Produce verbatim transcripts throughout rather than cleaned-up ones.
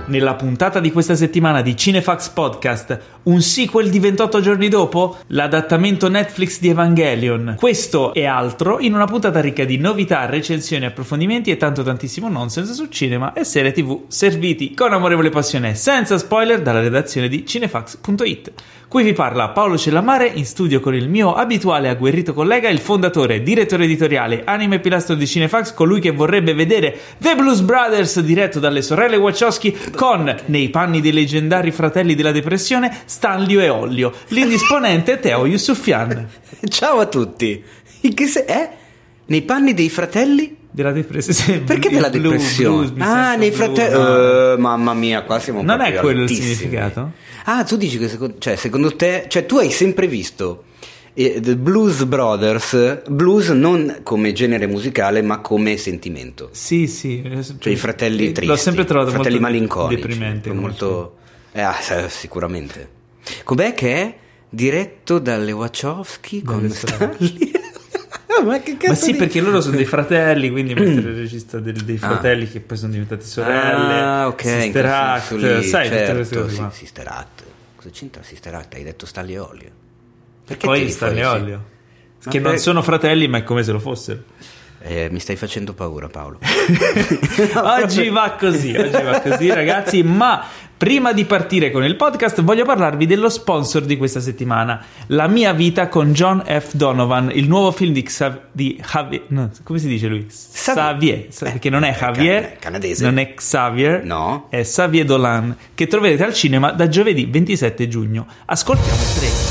Nella puntata di questa settimana di Cinefax Podcast, un sequel di ventotto giorni dopo, l'adattamento Netflix di Evangelion. Questo e altro in una puntata ricca di novità, recensioni, approfondimenti e tanto tantissimo nonsense su cinema e serie tv, serviti con amorevole passione senza spoiler dalla redazione di cinefax punto it. Qui vi parla Paolo Cellamare, in studio con il mio abituale agguerrito collega, il fondatore, direttore editoriale, anime pilastro di Cinefax, colui che vorrebbe vedere The Blues Brothers diretto dalle sorelle Wachowski con, nei panni dei leggendari fratelli della depressione, Stanlio e Ollio, l'indisponente Teo Yusufian. Ciao a tutti. Che se è? Nei panni dei fratelli? Della depressione. Perché della depressione? Blues, ah, nei fratelli. No. Uh, mamma mia, qua siamo non proprio è quello altissimi. Il significato? Ah, tu dici che secondo, cioè, secondo te, cioè tu hai sempre visto eh, The Blues Brothers, blues non come genere musicale, ma come sentimento. Sì, sì. Cioè i fratelli tristi. L'ho sempre trovato fratelli molto malinconici. Deprimente. Molto. Eh, ah, sicuramente. Com'è che è diretto dalle Wachowski con Stanley? Ma che cazzo Ma sì, di... perché loro sono dei fratelli, quindi mentre il regista del, dei fratelli ah. che poi sono diventati sorelle. Ah, ok. Sister Act, lì, sai, certo, tutte queste cose qua. Sì, Sister Act. Cosa c'entra Sister Act? Hai detto Stanley e Ollio. Perché poi Stanley e Ollio. Sì? Che ma non per... sono fratelli, ma è come se lo fossero. Eh, mi stai facendo paura, Paolo. Oggi va così, oggi va così, ragazzi, ma prima di partire con il podcast voglio parlarvi dello sponsor di questa settimana, La mia vita con John F. Donovan, il nuovo film di, Xav- di Javier, no, come si dice lui? Xavier, Xavier, perché non è Javier, can- canadese. Non è Xavier, no, è Xavier Dolan, che troverete al cinema da giovedì ventisette giugno. Ascoltiamo il trailer.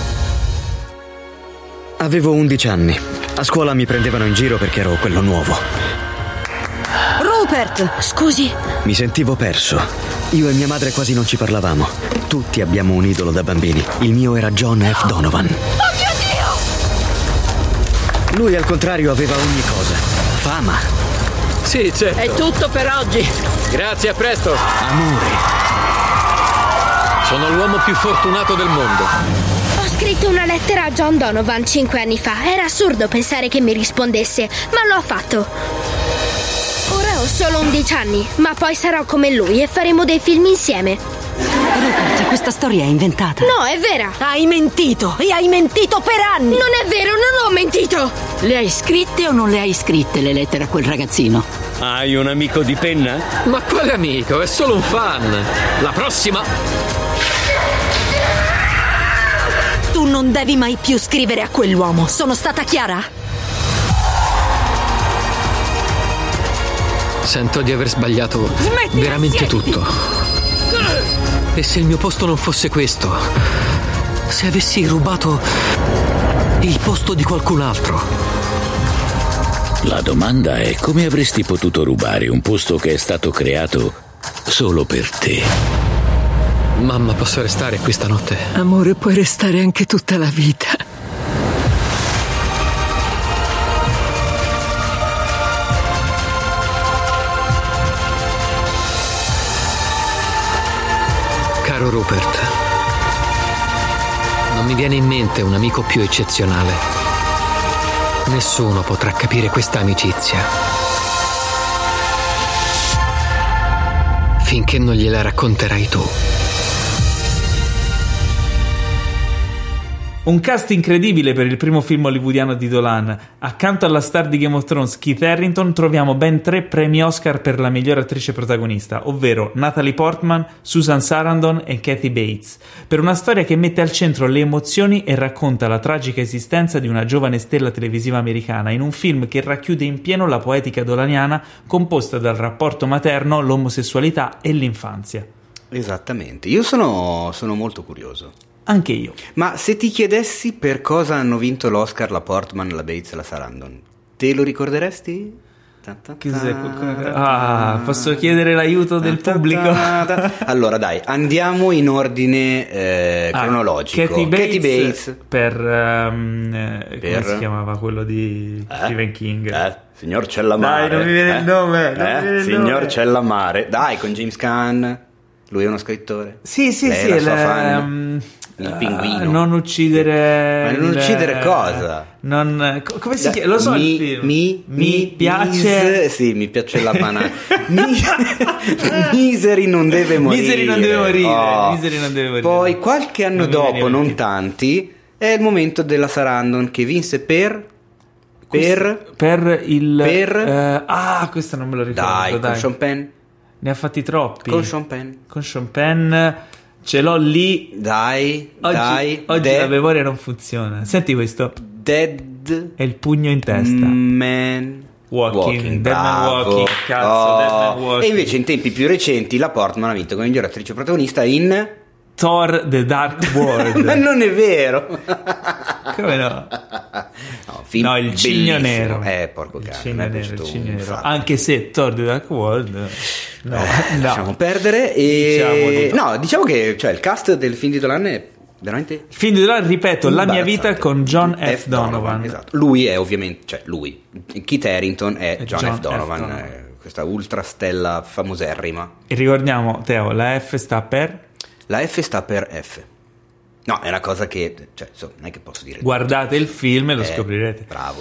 Avevo undici anni. A scuola mi prendevano in giro perché ero quello nuovo. Rupert, scusi. Mi sentivo perso. Io e mia madre quasi non ci parlavamo. Tutti abbiamo un idolo da bambini. Il mio era John F. Donovan. Oh mio Dio! Lui al contrario aveva ogni cosa. Fama. Sì, certo. È tutto per oggi. Grazie, a presto. Amore. Sono l'uomo più fortunato del mondo. Ho scritto una lettera a John Donovan cinque anni fa. Era assurdo pensare che mi rispondesse, ma l'ho fatto. Ora ho solo undici anni, ma poi sarò come lui e faremo dei film insieme. Rupert, questa storia è inventata. No, è vera. Hai mentito e hai mentito per anni. Non è vero, non ho mentito. Le hai scritte o non le hai scritte le lettere a quel ragazzino? Hai un amico di penna? Ma quale amico? È solo un fan. La prossima... Tu non devi mai più scrivere a quell'uomo. Sono stata chiara? Sento di aver sbagliato Smetti, veramente siediti. tutto. E se il mio posto non fosse questo? Se avessi rubato il posto di qualcun altro? La domanda è: come avresti potuto rubare un posto che è stato creato solo per te? Mamma, posso restare qui stanotte? Amore, puoi restare anche tutta la vita. Caro Rupert, non mi viene in mente un amico più eccezionale. Nessuno potrà capire questa amicizia finché non gliela racconterai tu. Un cast incredibile per il primo film hollywoodiano di Dolan. Accanto alla star di Game of Thrones Keith Harington troviamo ben tre premi Oscar per la miglior attrice protagonista, ovvero Natalie Portman, Susan Sarandon e Kathy Bates, per una storia che mette al centro le emozioni e racconta la tragica esistenza di una giovane stella televisiva americana in un film che racchiude in pieno la poetica dolaniana composta dal rapporto materno, l'omosessualità e l'infanzia. Esattamente, io sono, sono molto curioso. Anche io. Ma se ti chiedessi per cosa hanno vinto l'Oscar la Portman, la Bates e la Sarandon, te lo ricorderesti? Ah, posso chiedere l'aiuto del pubblico? Allora dai, andiamo in ordine eh, ah, cronologico. Kathy Bates, Kathy Bates per, um, per come si chiamava quello di eh? Stephen King? Eh? Signor Cellamare. Dai, non mi viene eh? il nome. Non eh? mi viene il Signor nome. Cellamare. Dai, con James Caan. Lui è uno scrittore. Sì, sì, Lei sì. è la sua le, fan. um, il pinguino. Uh, non uccidere. Ma non il... uccidere cosa? Non... Come si chiama? Lo so mi, il film. Mi, mi, mi mis... piace. Sì, mi piace la banana. mi... Miseri non deve morire. Miseri non deve morire. Oh. Miseri non deve morire. Poi qualche anno non dopo, non tanti, è il momento della Sarandon che vinse per. Per. Per il. Per. Uh, ah, questa non me lo ricordo. Dai, Dai, con Sean Penn. Ne ha fatti troppi. Con Sean Penn. Con Sean Penn. Ce l'ho lì. Dai, oggi, dai. Oggi dead, la memoria non funziona. Senti questo. Dead. È il pugno in testa. Man. Walking, walking Dead Man bravo. Walking, cazzo, oh. Dead Man Walking. E invece in tempi più recenti la Portman ha vinto come miglior attrice protagonista in Thor The Dark World. Ma non è vero. Come no? No, film no il cigno bellissimo. nero. Eh, porco il cane, cigno mi è nero, il piaciuto cigno un nero. sacco. Anche se Thor The Dark World no, eh, no. lasciamo perdere e diciamo, no, diciamo che cioè, il cast del film di Dolan è veramente il film di Dolan, ripeto, La mia vita con John F. F. Donovan. Donovan. Esatto. Lui è ovviamente, cioè lui, Kit Harington è, è John, John F. Donovan, F. Donovan. È questa ultra stella famoserrima. E ricordiamo, Teo, la F sta per? La F sta per F. No, è una cosa che, cioè, so, non è che posso dire. Guardate il film e lo eh, scoprirete. Bravo.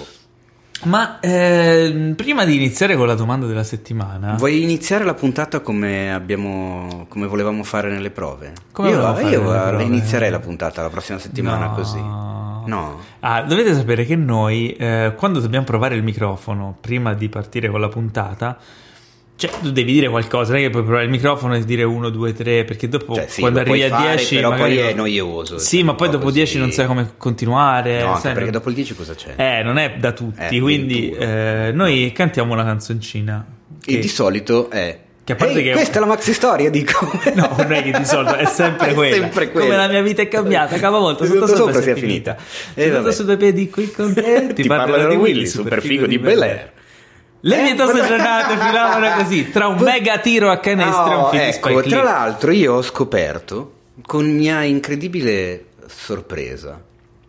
Ma eh, prima di iniziare con la domanda della settimana, vuoi iniziare la puntata come abbiamo, come volevamo fare nelle prove? Come io fare io nelle prove? inizierei la puntata la prossima settimana no. così. No. Ah, dovete sapere che noi, eh, quando dobbiamo provare il microfono prima di partire con la puntata, cioè tu devi dire qualcosa, non è che puoi provare il microfono e dire uno, due, tre, perché dopo cioè, sì, quando arrivi a fare, dieci però magari poi è noioso. Sì, ma poi dopo così. dieci non sai come continuare. No, sai, perché non... dopo il dieci cosa c'è? Eh, non è da tutti, eh, quindi eh, noi cantiamo una canzoncina. Che... E di solito è... Che a parte Ehi, che... questa è la maxi storia, dico. No, non è che di solito, è sempre è quella. sempre quella. Come la mia vita è cambiata, capovolta, sotto sopra, sopra si è finita. E sotto su due piedi qui con te. Ti, ti parlo di Willy, super figo di Bel Air. Le eh, pietose giornate filavano così, tra un mega tiro a canestro oh, e un film di ecco, Spike Lee. Tra l'altro io ho scoperto, con mia incredibile sorpresa,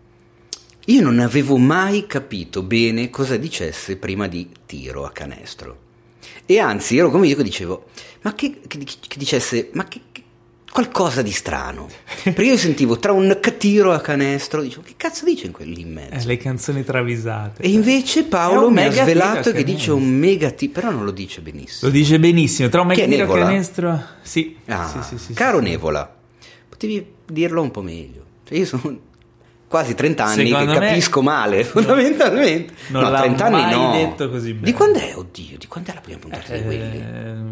io non avevo mai capito bene cosa dicesse prima di tiro a canestro. E anzi, ero come io dicevo, ma che, che, che dicesse, ma che, che qualcosa di strano. Perché io sentivo tra un tiro a canestro, dicevo, che cazzo dice in quelli in mezzo? Eh, le canzoni travisate. E invece Paolo mi ha svelato che canestro. dice un mega tiro, però non lo dice benissimo. Lo dice benissimo, tra un mega che tiro a canestro. Sì. Ah, sì, sì, sì, caro sì, Nevola, potevi dirlo un po' meglio. Cioè, io sono quasi trenta anni Secondo che me capisco male, fondamentalmente. Non no, l'ha trenta mai anni no. detto così bene. Di quando è? Oddio, di quando è la prima puntata eh, di Willy?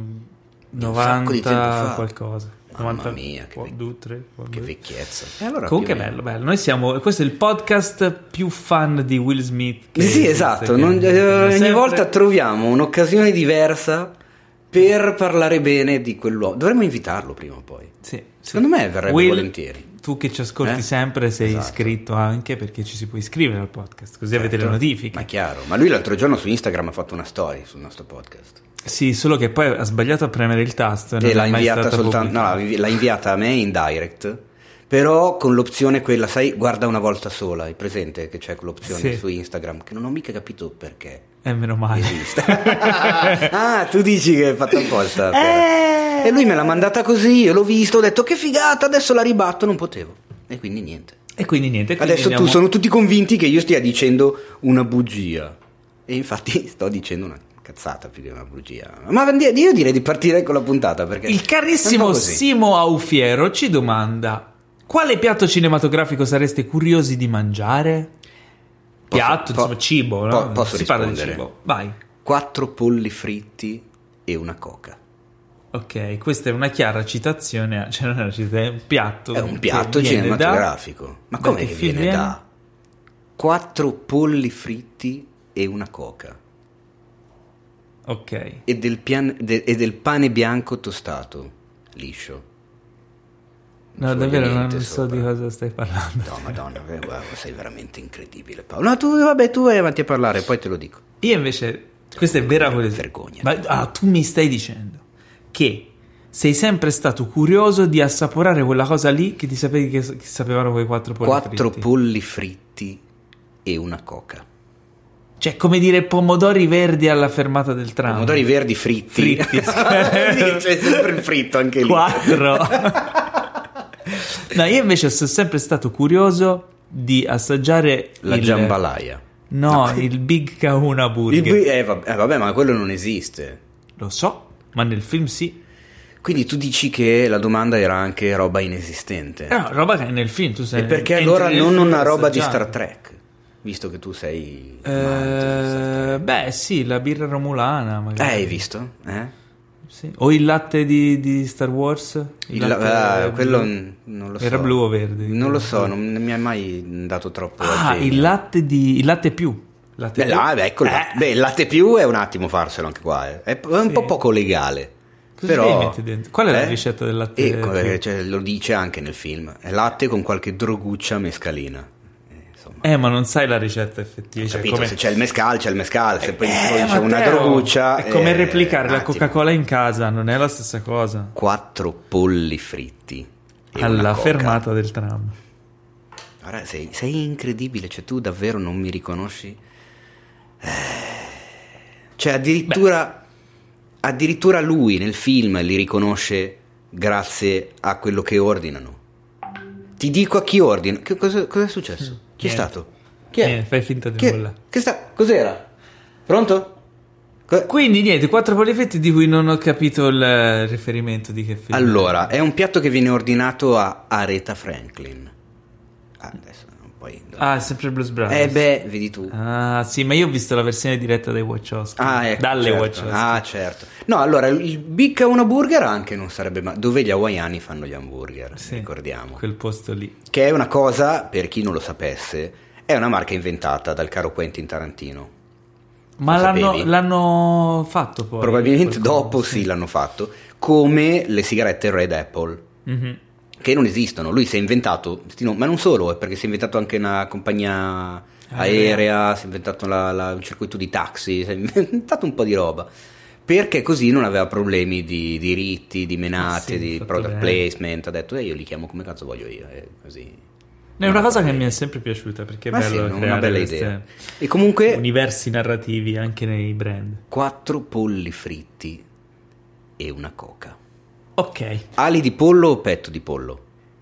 novanta qualcosa. Mamma novanta, mia, che, due, tre, che vecchiezza. E allora comunque è bello, bello. Noi siamo, questo è il podcast più fan di Will Smith. Che sì, esatto. Non, eh, ogni sempre... volta troviamo un'occasione diversa per parlare bene di quell'uomo. Dovremmo invitarlo prima o poi. Sì, secondo sì. me verrebbe Will, volentieri. Tu che ci ascolti eh? sempre sei esatto. iscritto anche, perché ci si può iscrivere al podcast, così certo. avete le notifiche. Ma chiaro. Ma lui l'altro giorno su Instagram ha fatto una story sul nostro podcast. Sì, solo che poi ha sbagliato a premere il tasto e, e l'ha inviata soltanto, no, l'ha inviata a me in direct, però con l'opzione quella, sai, guarda una volta sola. Hai presente che c'è quell'opzione sì. su Instagram che non ho mica capito perché. E meno male. Esiste. Ah, tu dici che è fatta apposta. Per... E lui me l'ha mandata così, io l'ho visto, ho detto che figata, adesso la ribatto, non potevo. E quindi niente. E quindi niente. Quindi adesso andiamo... tu sono tutti convinti che io stia dicendo una bugia. E infatti sto dicendo una cazzata più che una bugia. Ma io direi di partire con la puntata, perché il carissimo Simo Aufiero ci domanda: quale piatto cinematografico sareste curiosi di mangiare? Posso, piatto, po- insomma, cibo, no? po- posso si parla di rispondere? cibo. Vai. Quattro polli fritti e una coca. Ok, questa è una chiara citazione, a, cioè non è una citazione, è un piatto. È un piatto cinematografico. Da, ma come che viene, viene da? Quattro polli fritti e una coca. Ok. E del, pian- de- e del pane bianco tostato, liscio. No, davvero non so sopra. Di cosa stai parlando. No, madonna, guarda, sei veramente incredibile, Paolo. No, tu, vabbè, tu vai avanti a parlare, poi te lo dico. Io invece, questa è vera curiosità. Vergogna. Ma ah, tu mi stai dicendo che sei sempre stato curioso di assaporare quella cosa lì che ti sapevi che, che sapevano quei quattro polli quattro fritti. Quattro polli fritti e una coca. Cioè, come dire pomodori verdi alla fermata del tram. Pomodori verdi fritti. Fritti. C'è sempre il fritto anche lì. Quattro. No, io invece sono sempre stato curioso di assaggiare La il... jambalaya. No, No. il Big Kahuna Burger. Il bu- eh, vabbè, eh, vabbè, ma quello non esiste. Lo so, ma nel film sì. Quindi tu dici che la domanda era anche roba inesistente. Eh, no, roba che è nel film, tu sei... E perché entri allora nel non film una per roba di assaggiare. Star Trek? Visto che tu sei amante di Star Eh, beh, sì, la birra romulana, Trek. magari. Eh, hai visto? Eh? Sì. O il latte di, di Star Wars? Il Il- latte ah, quello blu. n- non lo so. Era blu o verde? Non lo so, non mi ha mai dato troppo Ah, genio. il latte di... il latte più. Latte Beh, più. là, beh, eccolo. Eh. Beh, il latte più è un attimo farselo anche qua. eh. È un Sì. po' poco legale. Cosa Però, devi mettere dentro? Qual è la eh? ricetta del latte E, come- più? cioè, lo dice anche nel film. È latte con qualche droguccia mescalina. Eh, insomma. Eh, ma non sai la ricetta effettiva. Ho Cioè, capito, come... se c'è il mescal, c'è il mescal. Se poi, Eh, poi c'è una Matteo, droguccia. è come eh, replicare un la attimo. Coca-Cola in casa, non è la stessa cosa. Quattro polli fritti. e una Alla coca. fermata del tram. Guarda, sei, sei incredibile, cioè tu davvero non mi riconosci? Eh, Cioè addirittura, addirittura lui nel film li riconosce grazie a quello che ordinano. Ti dico a chi ordina. Che cosa, cosa è successo? Chi è Niente. stato? Chi è? Niente, fai finta di Chi è? nulla. Che sta? Cos'era? Pronto? Co- Quindi niente, quattro polifetti di cui non ho capito il riferimento di che film. Allora, è un piatto che viene ordinato a Aretha Franklin. Ah, adesso non puoi... Ah, è sempre Blues Brothers. Eh beh, vedi tu. Ah, sì, ma io ho visto la versione diretta dai Wachowski. Ah, ecco, Dalle certo. Wachowski. Ah, certo. No, allora, il Big Kahuna Burger anche non sarebbe male. Dove gli hawaiani fanno gli hamburger, Sì, ricordiamo. quel posto lì. Che è una cosa, per chi non lo sapesse, è una marca inventata dal caro Quentin Tarantino. Ma Lo l'hanno, sapevi? l'hanno fatto poi? Probabilmente qualcuno, dopo sì l'hanno fatto, come le sigarette Red Apple. Mhm. Che non esistono, lui si è inventato, ma non solo, è perché si è inventato anche una compagnia aerea, si è inventato la- la- un circuito di taxi, si è inventato un po' di roba, perché così non aveva problemi di diritti, di menate, Sì, di fatto product bene. placement, ha detto eh, io li chiamo come cazzo voglio io, e così. È una cosa che mi è sempre piaciuta perché è Ma bello sì, una creare bella queste idea. E comunque universi narrativi anche nei brand. quattro polli fritti e una coca. Ok. Ali di pollo o petto di pollo?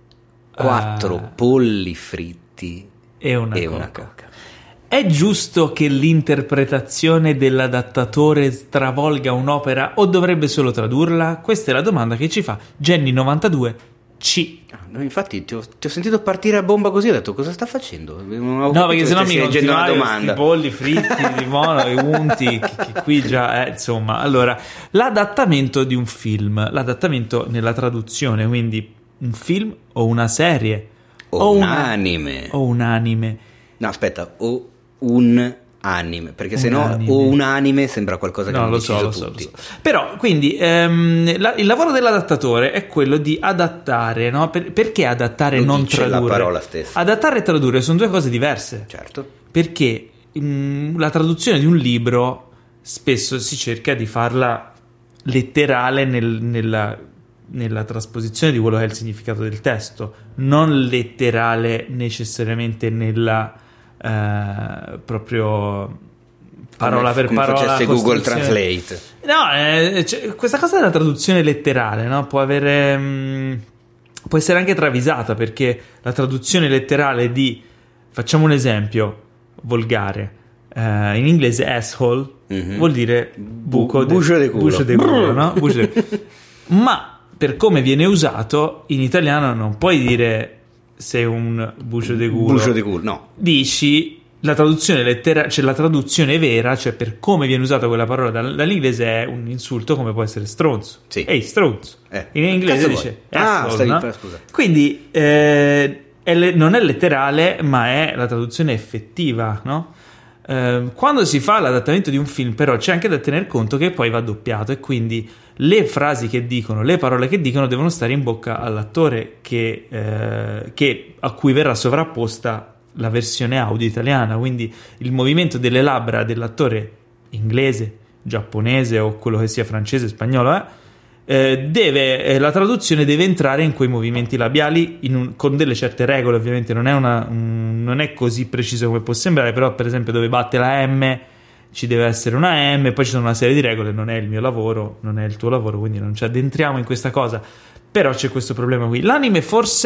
Quattro Ah. polli fritti E una e coca. una coca. È giusto che l'interpretazione dell'adattatore stravolga un'opera o dovrebbe solo tradurla? Questa è la domanda che ci fa Jenny novantadue C. Ah, no, infatti ti ho, ti ho sentito partire a bomba così, ho detto cosa sta facendo? Non ho No, capito perché che sennò mi stessi leggendo una continuavi domanda. i polli fritti di mono, i unti, che, che qui già è, insomma. Allora, l'adattamento di un film, l'adattamento nella traduzione, quindi un film o una serie O un una- anime. o un anime. No, aspetta, o un anime, perché se Un no anime. o un anime sembra qualcosa che No, hanno lo so, deciso lo so, lo tutti. so. Però, quindi, ehm, la- il lavoro dell'adattatore è quello di adattare, no? Per- perché adattare e Lo non dice la tradurre? parola stessa. Adattare e tradurre sono due cose diverse. Certo. Perché mm, la traduzione di un libro spesso si cerca di farla letterale nel- nella, nella trasposizione di quello che è il significato del testo, non letterale necessariamente nella eh, proprio parola Come- per come parola facesse Google costruzione. Translate. No, eh, cioè, questa cosa della traduzione letterale, no? Può avere mh, può essere anche travisata, perché la traduzione letterale di, facciamo un esempio volgare, eh, in inglese asshole Mhm. vuol dire buco Bu- bucio de culo. bucio de culo, no? Bucio de- ma per come viene usato in italiano non puoi dire sei un bucio de culo, Bucio di culo, no. dici la traduzione lettera- cioè la traduzione vera, cioè per come viene usata quella parola dal- dall'inglese, è un insulto come può essere stronzo. Sì. Ehi, stronzo. Eh, In inglese cazzo dice vuoi? Ah, asshole, stavi no? per- scusa. Quindi eh, è le- non è letterale, ma è la traduzione effettiva, no? Eh, quando si fa l'adattamento di un film, però, c'è anche da tener conto che poi va doppiato, e quindi le frasi che dicono, le parole che dicono devono stare in bocca all'attore che, eh, che- a cui verrà sovrapposta la versione audio italiana. Quindi il movimento delle labbra dell'attore inglese, giapponese o quello che sia francese, spagnolo, eh, eh, deve, eh, la traduzione deve entrare in quei movimenti labiali in un- con delle certe regole. Ovviamente non è, una, un- non è così preciso come può sembrare, però per esempio dove batte la M ci deve essere una M, poi ci sono una serie di regole. Non è il mio lavoro, non è il tuo lavoro, quindi non ci addentriamo in questa cosa, però c'è questo problema qui. L'anime forse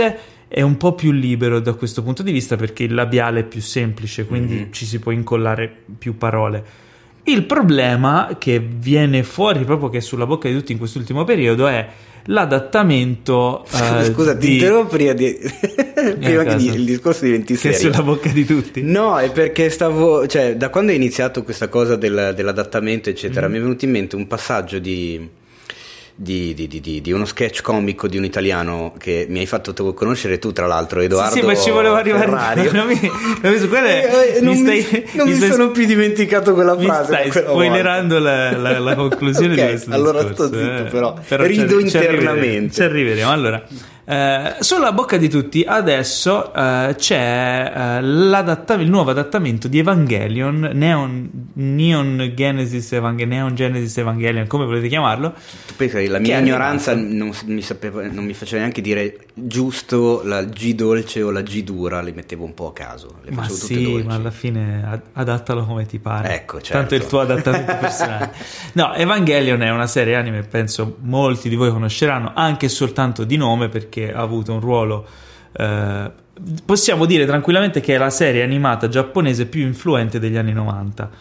è un po' più libero da questo punto di vista perché il labiale è più semplice, quindi mm-hmm. ci si può incollare più parole. Il problema che viene fuori proprio che è sulla bocca di tutti in quest'ultimo periodo è l'adattamento. Scusa, uh, scusa di... ti interrompo prima, di... prima che il discorso diventi serio. Che è sulla bocca di tutti. No, è perché stavo, cioè, da quando è iniziato questa cosa del, dell'adattamento, eccetera, mm. mi è venuto in mente un passaggio di. Di, di, di, di uno sketch comico di un italiano che mi hai fatto conoscere tu, tra l'altro, Edoardo. Sì, sì, ma ci volevo arrivare. Non mi, non mi, è, eh, non mi, stai, mi, non mi mi stai, sono più dimenticato quella frase. Mi stai spoilerando la, la, la conclusione okay, di questo allora discorso. sto zitto, eh. però, però rido ci, internamente. Ci arriveremo. Allora, eh, sulla bocca di tutti adesso eh, c'è eh, l'adattam- il nuovo adattamento di Evangelion, Neon, Neon Genesis Evangelion, Neon Genesis Evangelion, come volete chiamarlo. Tu pensi, la mia ignoranza non mi, sapeva, non mi faceva neanche dire giusto la G dolce o la G dura, le mettevo un po' a caso, le ma facevo sì, tutte dolci. Ma alla fine ad- adattalo come ti pare. Ecco, certo. Tanto è il tuo adattamento personale. No, Evangelion è una serie anime, penso molti di voi conosceranno anche soltanto di nome, perché ha avuto un ruolo eh, possiamo dire tranquillamente che è la serie animata giapponese più influente degli anni novanta.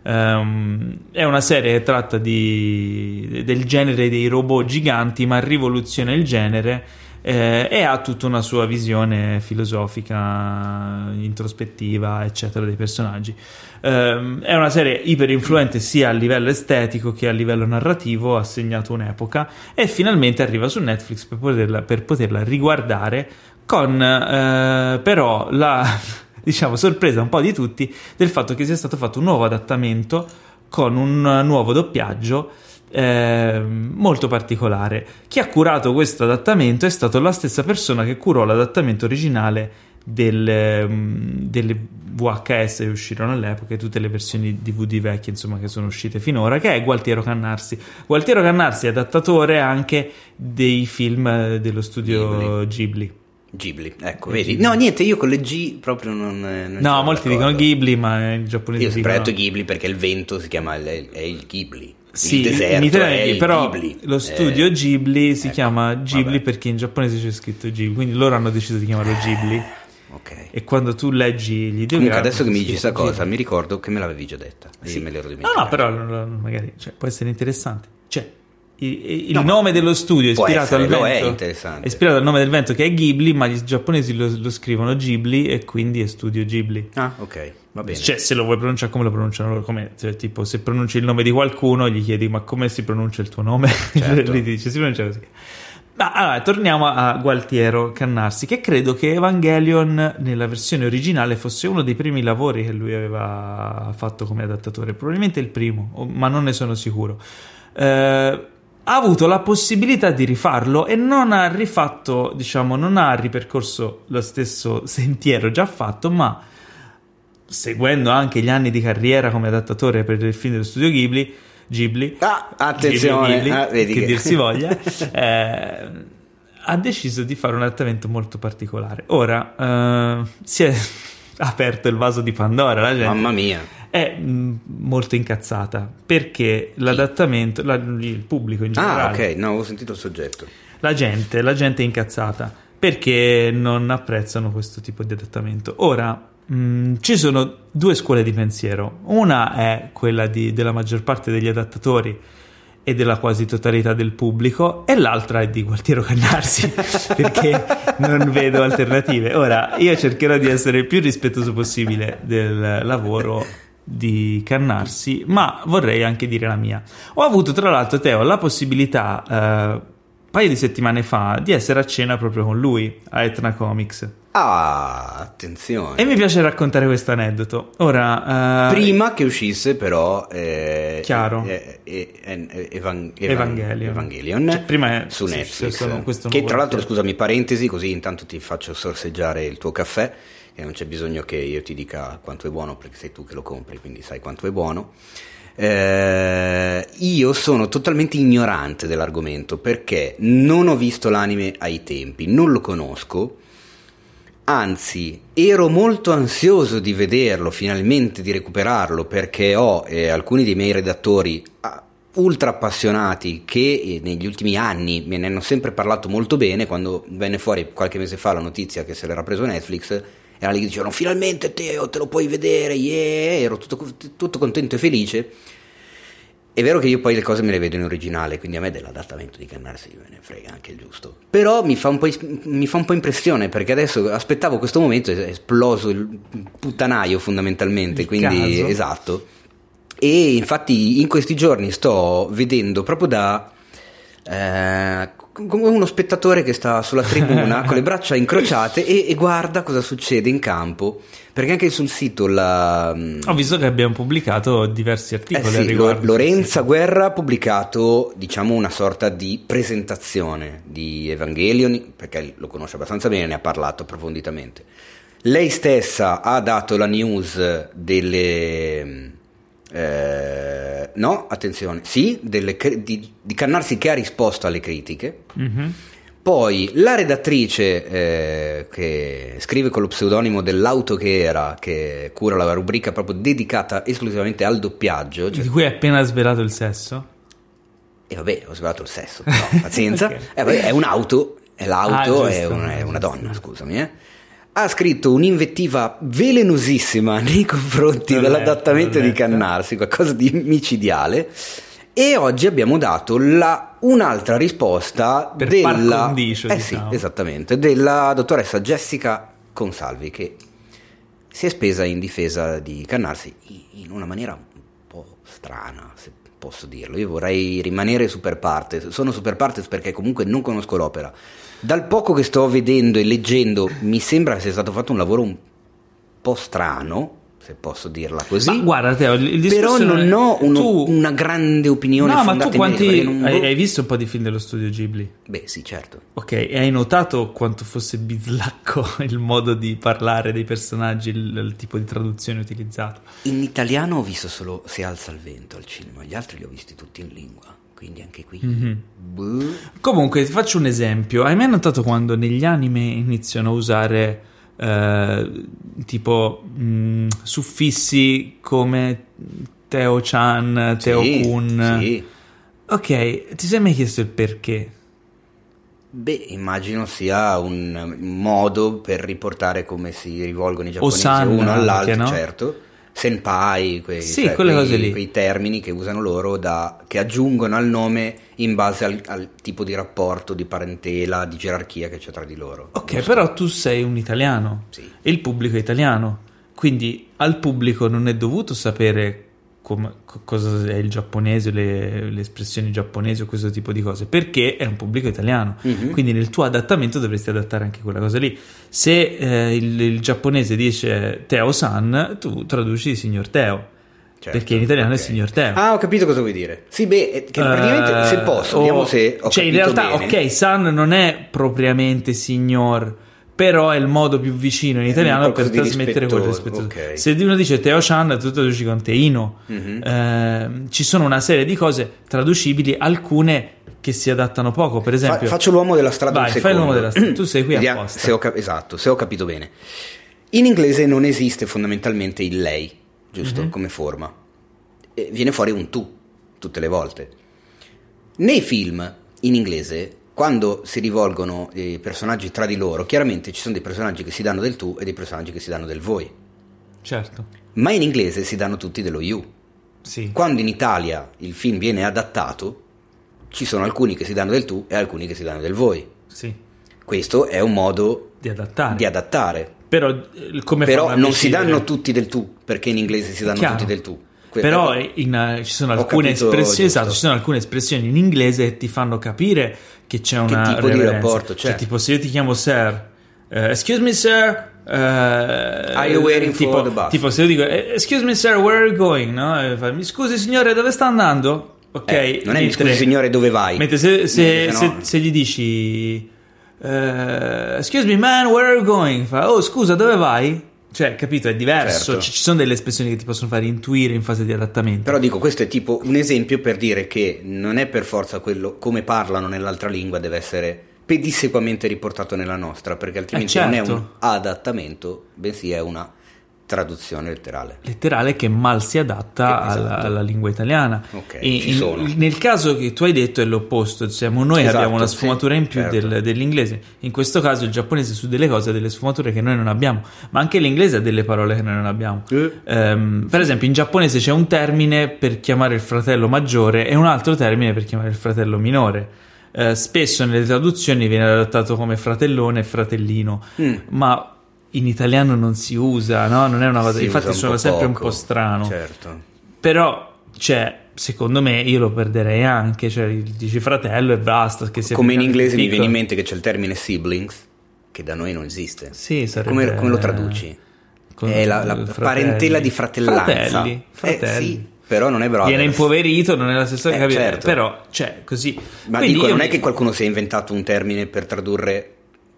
Um, è una serie che tratta di, del genere dei robot giganti, ma rivoluziona il genere eh, e ha tutta una sua visione filosofica, introspettiva, eccetera, dei personaggi. Um, è una serie iper influente sia a livello estetico che a livello narrativo, ha segnato un'epoca e finalmente arriva su Netflix per poterla, per poterla riguardare con eh, però la diciamo sorpresa un po' di tutti del fatto che sia stato fatto un nuovo adattamento con un nuovo doppiaggio eh, molto particolare. Chi ha curato questo adattamento è stato la stessa persona che curò l'adattamento originale del, delle V H S che uscirono all'epoca e tutte le versioni D V D vecchie, insomma, che sono uscite finora, che è Gualtiero Cannarsi. Gualtiero Cannarsi è adattatore anche dei film dello studio Ghibli. Ghibli. Ghibli, ecco, vedi? Ghibli. No, niente, io con le G proprio non. non no, molti dicono Ghibli, ma in giapponese io ho sempre detto no. Ghibli perché il vento si chiama è, è il Ghibli. Sì, il deserto in italiano, è il però Ghibli. Lo studio eh, Ghibli si ecco, chiama Ghibli vabbè. Perché in giapponese c'è scritto Ghibli, quindi loro hanno deciso di chiamarlo Ghibli. Okay. E quando tu leggi gli ideogrammi, comunque adesso che mi dici questa cosa Ghibli. Mi ricordo che me l'avevi già detta, sì. Me l'ero no no però magari cioè, può essere interessante, cioè il, il no, nome dello studio è ispirato essere, al vento, è interessante, è ispirato al nome del vento che è Ghibli, ma gli giapponesi lo, lo scrivono Ghibli e quindi è studio Ghibli. Ah, ok, va bene. Cioè, se lo vuoi pronunciare come lo pronunciano loro, come, cioè, tipo se pronunci il nome di qualcuno gli chiedi ma come si pronuncia il tuo nome? Certo. Lui dice si pronuncia così. Ma allora torniamo a Gualtiero Cannarsi, che credo che Evangelion nella versione originale fosse uno dei primi lavori che lui aveva fatto come adattatore, probabilmente il primo, ma non ne sono sicuro. Eh, ha avuto la possibilità di rifarlo e non ha rifatto, diciamo, non ha ripercorso lo stesso sentiero già fatto, ma seguendo anche gli anni di carriera come adattatore per il film dello studio Ghibli, Ghibli, ah, attenzione, Ghibli, ah, vedi che, che dir si voglia, eh, ha deciso di fare un adattamento molto particolare. Ora eh, si è aperto il vaso di Pandora, la gente mamma mia è mh, molto incazzata perché Chi? l'adattamento, la, il pubblico in generale. Ah, ok, no, ho sentito il soggetto. La gente, la gente è incazzata perché non apprezzano questo tipo di adattamento. Ora Mm, ci sono due scuole di pensiero. Una è quella di, della maggior parte degli adattatori e della quasi totalità del pubblico, e l'altra è di Gualtiero Cannarsi perché non vedo alternative. Ora io cercherò di essere il più rispettoso possibile del lavoro di Cannarsi, ma vorrei anche dire la mia. Ho avuto tra l'altro, Teo, la possibilità eh, un paio di settimane fa di essere a cena proprio con lui a Etna Comics. Ah, attenzione. E mi piace raccontare questo aneddoto. Ora, uh, prima che uscisse però eh, chiaro. Eh, eh, eh, Evan, Evangelion, Evangelion cioè, prima è, su Netflix, sì, sono, che tra l'altro, scusami, parentesi, così intanto ti faccio sorseggiare il tuo caffè, che non c'è bisogno che io ti dica quanto è buono perché sei tu che lo compri, quindi sai quanto è buono. Eh, io sono totalmente ignorante dell'argomento perché non ho visto l'anime ai tempi, non lo conosco. Anzi, ero molto ansioso di vederlo, finalmente di recuperarlo, perché ho eh, alcuni dei miei redattori, ah, ultra appassionati che negli ultimi anni me ne hanno sempre parlato molto bene. Quando venne fuori qualche mese fa la notizia che se l'era preso Netflix, era lì che dicevano finalmente Teo te lo puoi vedere, yeah! Ero tutto, tutto contento e felice. È vero che io poi le cose me le vedo in originale, quindi a me dell'adattamento di Cannarsi me ne frega anche il giusto, però mi fa un po', mi fa un po' impressione, perché adesso aspettavo questo momento, è esploso il puttanaio fondamentalmente, il quindi caso. Esatto. E infatti in questi giorni sto vedendo proprio da eh, come uno spettatore che sta sulla tribuna con le braccia incrociate e, e guarda cosa succede in campo, perché anche sul sito la... ho visto che abbiamo pubblicato diversi articoli eh sì, al riguardo. Lorenza Guerra ha pubblicato, diciamo, una sorta di presentazione di Evangelion, perché lo conosce abbastanza bene, ne ha parlato approfonditamente. Lei stessa ha dato la news delle... Eh, no, attenzione, sì, delle, di, di Cannarsi che ha risposto alle critiche. Mm-hmm. Poi la redattrice eh, che scrive con lo pseudonimo dell'Auto che era, che cura la rubrica proprio dedicata esclusivamente al doppiaggio, cioè... di cui hai appena svelato il sesso. E eh, vabbè, ho svelato il sesso, però pazienza. Okay. eh, vabbè, è un'auto, è l'auto, ah, è, una, è una donna, scusami, eh. Ha scritto un'invettiva velenosissima nei confronti non dell'adattamento di Cannarsi, qualcosa di micidiale, e oggi abbiamo dato la, un'altra risposta per della par condicio, eh diciamo. sì, esattamente, della dottoressa Jessica Consalvi, che si è spesa in difesa di Cannarsi in una maniera un po' strana, se posso dirlo. Io vorrei rimanere super partes, sono super partes perché comunque non conosco l'opera. Dal poco che sto vedendo e leggendo mi sembra che sia stato fatto un lavoro un po' strano, se posso dirla così. Ma guarda Teo, il discorso però non ho uno, tu... una grande opinione no, fondata ma tu quanti... in non... hai, hai visto un po' di film dello studio Ghibli? Beh sì, certo. Ok, e hai notato quanto fosse bislacco il modo di parlare dei personaggi, il, il tipo di traduzione utilizzato? In italiano ho visto solo Se alza il vento al cinema, gli altri li ho visti tutti in lingua. Quindi anche qui mm-hmm. Comunque ti faccio un esempio. Hai mai notato quando negli anime iniziano a usare eh, tipo mh, suffissi come Teo-chan, Teo-kun? Sì, sì. Ok, ti sei mai chiesto il perché? Beh, immagino sia un modo per riportare come si rivolgono i giapponesi Osan uno all'altro, anche, no? Certo. Senpai, quei, sì, cioè, quelle quei, cose lì. quei termini che usano loro, da, che aggiungono al nome in base al, al tipo di rapporto, di parentela, di gerarchia che c'è tra di loro. Ok, giusto? però tu sei un italiano, sì. E il pubblico è italiano, quindi al pubblico non è dovuto sapere come, cosa è il giapponese, le, le espressioni giapponesi o questo tipo di cose, perché è un pubblico italiano. Mm-hmm. Quindi nel tuo adattamento dovresti adattare anche quella cosa lì. Se eh, il, il giapponese dice Teo-san, tu traduci signor Teo, certo, perché in italiano okay. È signor Teo. Ah, ho capito cosa vuoi dire. Sì, beh, che praticamente uh, se posso, vediamo oh, se ho cioè in capito realtà bene. Ok, san non è propriamente signor, però è il modo più vicino in italiano per trasmettere quel rispetto. Okay. Se uno dice Teo-chan, tu traduci con Teino. Mm-hmm. Eh, ci sono una serie di cose traducibili, alcune che si adattano poco. Per esempio, Fa, faccio l'uomo della strada. Vai, un fai l'uomo della strada. Tu sei qui Vediamo, apposta. Se ho cap- esatto, se ho capito bene. In inglese non esiste fondamentalmente il lei, giusto? Mm-hmm. Come forma. E viene fuori un tu tutte le volte. Nei film in inglese, quando si rivolgono i personaggi tra di loro, chiaramente ci sono dei personaggi che si danno del tu e dei personaggi che si danno del voi. Certo. Ma in inglese si danno tutti dello you. Sì. Quando in Italia il film viene adattato, ci sono alcuni che si danno del tu e alcuni che si danno del voi. Sì. Questo è un modo di adattare. Di adattare. Però, come Però non si danno tutti del tu, perché in inglese si danno tutti del tu. Però in, ci sono alcune espressioni, esatto, ci sono alcune espressioni in inglese che ti fanno capire che c'è una che tipo reverenza. Di rapporto c'è. Cioè, tipo, se io ti chiamo sir, uh, excuse me sir, uh, are you waiting tipo, for the bus? Tipo, se io dico excuse me sir, where are you going? No? Mi scusi signore, dove sta andando? Ok, eh, non è mentre, mi scusi signore, dove vai? Mentre se, se, no. se, se gli dici uh, excuse me man, where are you going? Fa, oh scusa, dove vai? Cioè, capito, è diverso, certo. Ci sono delle espressioni che ti possono fare intuire in fase di adattamento. Però dico, questo è tipo un esempio per dire che non è per forza quello come parlano nell'altra lingua deve essere pedissequamente riportato nella nostra, perché altrimenti eh certo. non è un adattamento, bensì è una traduzione letterale. letterale che mal si adatta Che- esatto. alla, alla lingua italiana. Ok, E ci in- sono. nel caso che tu hai detto è l'opposto, siamo noi che Esatto, abbiamo una sì, sfumatura in più certo. del- dell'inglese. In questo caso il giapponese su delle cose ha delle sfumature che noi non abbiamo, ma anche l'inglese ha delle parole che noi non abbiamo. Eh. Ehm, per esempio in giapponese c'è un termine per chiamare il fratello maggiore e un altro termine per chiamare il fratello minore. Eh, spesso nelle traduzioni viene adattato come fratellone e fratellino, Mm. ma in italiano non si usa, no? Non è una cosa, Si infatti usa un suona po' sempre un poco. po' strano. Certo. Però, cioè, secondo me io lo perderei anche, cioè dici fratello e basta. Che sia Come in più inglese mi piccolo. viene in mente che c'è il termine siblings, che da noi non esiste. Sì, sarebbe... Come, come lo traduci? con- È la, la fratelli. parentela di fratellanza. Fratelli, fratelli. Eh, sì, però non è brothers. Viene impoverito, non è la stessa Eh, cosa, certo. però, cioè, così. Ma Quindi dico, io non è mi- che qualcuno si è inventato un termine per tradurre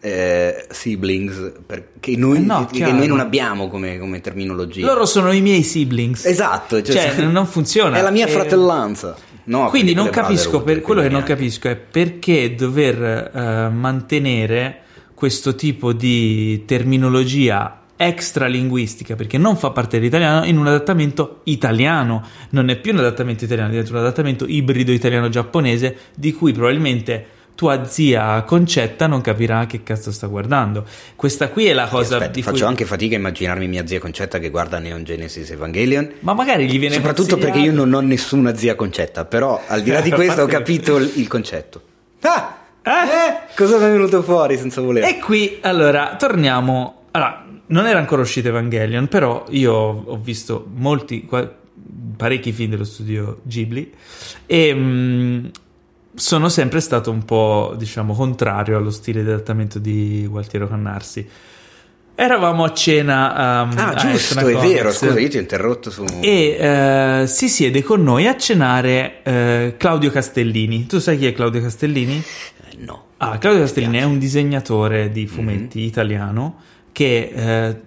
eh, siblings, perché noi, Eh no, che chiaro. noi non abbiamo come, come terminologia. Loro sono i miei siblings. Esatto, Cioè, se- non funziona. È la mia Eh, fratellanza. No, Quindi non quelle capisco, brotherhood, per, quello che quelle non neanche. capisco è perché dover eh, mantenere questo tipo di terminologia extralinguistica, perché non fa parte dell'italiano, in un adattamento italiano. Non è più un adattamento italiano, diventa un adattamento ibrido italiano-giapponese di cui probabilmente tua zia Concetta non capirà che cazzo sta guardando. Questa qui è la cosa Aspetta, di faccio cui... anche fatica a immaginarmi mia zia Concetta che guarda Neon Genesis Evangelion. Ma magari gli viene Soprattutto perché io non ho nessuna zia Concetta, però al di là di A questo ho parte- capito il, il concetto. Ah! Eh? Eh? Cosa mi è venuto fuori senza voler? E qui, allora, torniamo... Allora, non era ancora uscito Evangelion, però io ho visto molti, qua- parecchi film dello studio Ghibli e mh, sono sempre stato un po', diciamo, contrario allo stile di adattamento di Gualtiero Cannarsi. Eravamo a cena um, Ah, a giusto, Etna è vero, Comics scusa, io ti ho interrotto su... e eh, si siede con noi a cenare eh, Claudio Castellini. Tu sai chi è Claudio Castellini? Eh, no. Ah, Claudio Castellini è un disegnatore di fumetti italiano che eh,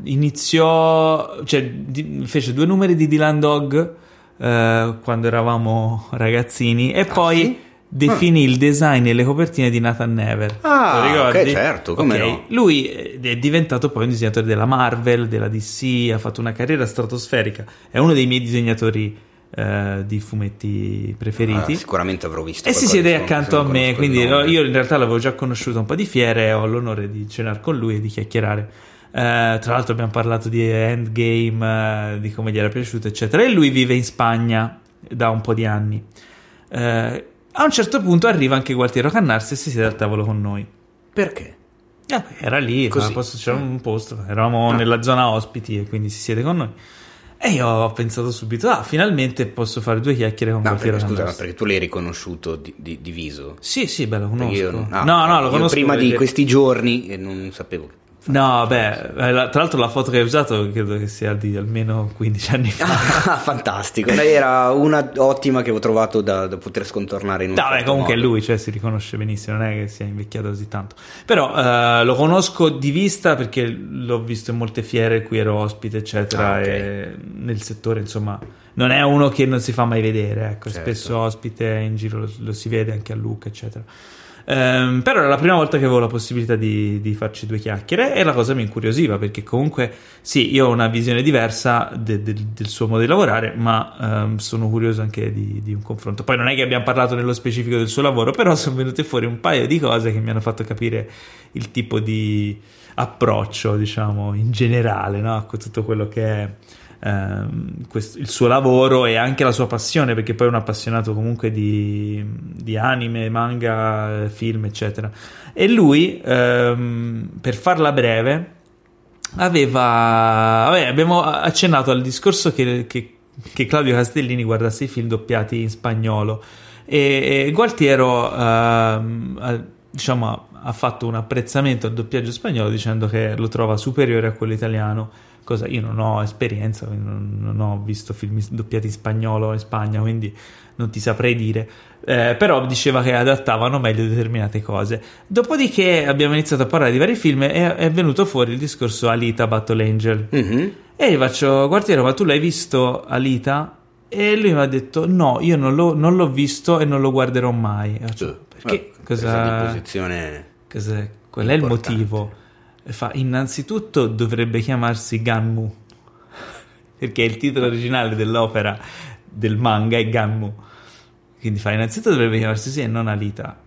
iniziò, cioè di- fece due numeri di Dylan Dog eh, quando eravamo ragazzini e poi sì? definì il design e le copertine di Nathan Never. Ah, Lo ricordi? ok, certo, come Ok, no. Lui è diventato poi un disegnatore della Marvel, della D C, ha fatto una carriera stratosferica, è uno dei miei disegnatori eh, di fumetti preferiti. Ah, sicuramente avrò visto E si qualcosa siede di suo, accanto se a non me, conosco il quindi nome. io in realtà l'avevo già conosciuto un po' di fiere e ho l'onore di cenare con lui e di chiacchierare. Eh, tra l'altro abbiamo parlato di Endgame, eh, di come gli era piaciuto, eccetera. E lui vive in Spagna da un po' di anni. Eh, a un certo punto arriva anche Gualtiero Cannarsi e si siede al tavolo con noi. Perché? Eh, era lì, Così. fa- posto- c'era un posto, eravamo Ah. nella zona ospiti e quindi si siede con noi. E io ho pensato subito, ah, finalmente posso fare due chiacchiere con No, Gualtiero perché, scusa, ma Cannarsi. perché tu l'hai riconosciuto di, di, di viso? Sì, sì, beh, lo Perché conosco. io- ah, no, no, lo io conosco. prima di perché- questi giorni e non sapevo che... No, beh, eh, la- tra l'altro la foto che hai usato credo che sia di almeno quindici anni fa. Ah, fantastico, era una ottima che ho trovato da, da poter scontornare in un No, beh, certo comunque è modo. lui, cioè si riconosce benissimo, non è che sia invecchiato così tanto. Però eh, lo conosco di vista perché l'ho visto in molte fiere, qui ero ospite, eccetera, Ah, ok. e nel settore, insomma, non è uno che non si fa mai vedere, ecco, Certo. spesso ospite in giro lo, lo si vede anche a Lucca, eccetera. Ehm, però era la prima volta che avevo la possibilità di, di farci due chiacchiere e la cosa mi incuriosiva perché comunque sì, io ho una visione diversa de- de- del suo modo di lavorare, ma ehm, sono curioso anche di, di un confronto. Poi non è che abbiamo parlato nello specifico del suo lavoro, però sono venute fuori un paio di cose che mi hanno fatto capire il tipo di approccio, diciamo, in generale, no? A tutto quello che è ehm, questo, il suo lavoro e anche la sua passione, perché poi è un appassionato comunque di, di anime, manga, film, eccetera. E lui, ehm, per farla breve, aveva vabbè, abbiamo accennato al discorso che, che, che Claudio Castellini guardasse i film doppiati in spagnolo e, e Gualtiero ehm, ha, diciamo, ha fatto un apprezzamento al doppiaggio spagnolo dicendo che lo trova superiore a quello italiano, cosa io non ho esperienza, non, non ho visto film doppiati in spagnolo in Spagna, quindi non ti saprei dire, eh, però diceva che adattavano meglio determinate cose. Dopodiché abbiamo iniziato a parlare di vari film e è venuto fuori il discorso Alita Battle Angel. Mhm. E io faccio, Gualtiero, ma tu l'hai visto Alita? E lui mi ha detto no, io non, l'ho, non l'ho visto e non lo guarderò mai. E faccio, perché? Eh, presa Cosa, di posizione... cos'è? Qual è il importante. motivo? E fa, innanzitutto dovrebbe chiamarsi Ganmu. perché il titolo originale dell'opera del manga è Ganmu, quindi fa innanzitutto dovrebbe chiamarsi così e non Alita,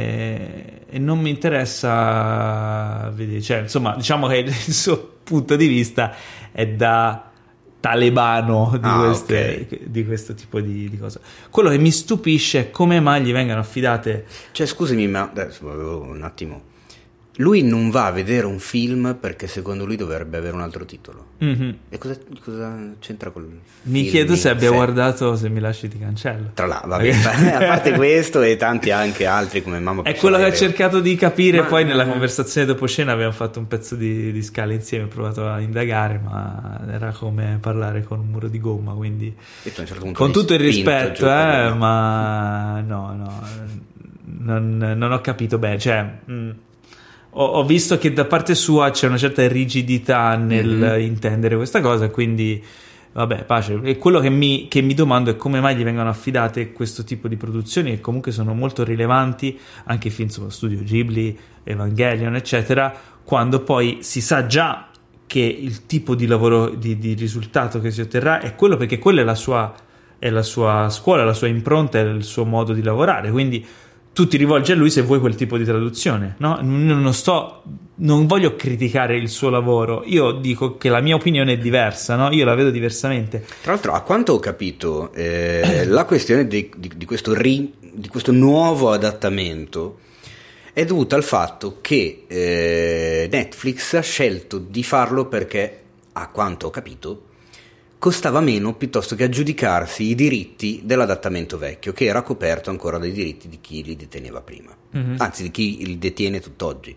e, e non mi interessa vedere, cioè insomma diciamo che il suo punto di vista è da talebano di, ah, queste, okay. di questo tipo di, di cosa. Quello che mi stupisce è come mai gli vengano affidate, cioè scusami ma adesso un attimo, lui non va a vedere un film perché secondo lui dovrebbe avere un altro titolo. mm-hmm. E cosa, cosa c'entra col mi film chiedo se abbia sé? guardato Se mi lasci ti cancello, Tra l'altro, vabbè, a parte questo e tanti anche altri come Mamma è quello che ho cercato di capire. ma, poi nella ma... conversazione dopo scena abbiamo fatto un pezzo di, di scala insieme, ho provato a indagare, ma era come parlare con un muro di gomma, quindi e tu a un certo punto con tutto il spinto rispetto giù, eh, no. ma no no non, non ho capito bene, cioè mh, ho, ho visto che da parte sua c'è una certa rigidità nel mm-hmm. intendere questa cosa, quindi vabbè, pace. E quello che mi, che mi domando è come mai gli vengono affidate questo tipo di produzioni, che comunque sono molto rilevanti, anche i film sullo studio Ghibli, Evangelion eccetera, quando poi si sa già che il tipo di lavoro, di, di risultato che si otterrà è quello, perché quella è la sua, è la sua scuola, la sua impronta, è il suo modo di lavorare, quindi tu ti rivolgi a lui se vuoi quel tipo di traduzione, no? Non sto, non voglio criticare il suo lavoro, io dico che la mia opinione è diversa, no? Io la vedo diversamente. Tra l'altro, a quanto ho capito, eh, la questione di, di, di, questo ri, di questo nuovo adattamento è dovuta al fatto che eh, Netflix ha scelto di farlo perché, a quanto ho capito, costava meno piuttosto che aggiudicarsi i diritti dell'adattamento vecchio, che era coperto ancora dai diritti di chi li deteneva prima, mm-hmm. anzi di chi li detiene tutt'oggi.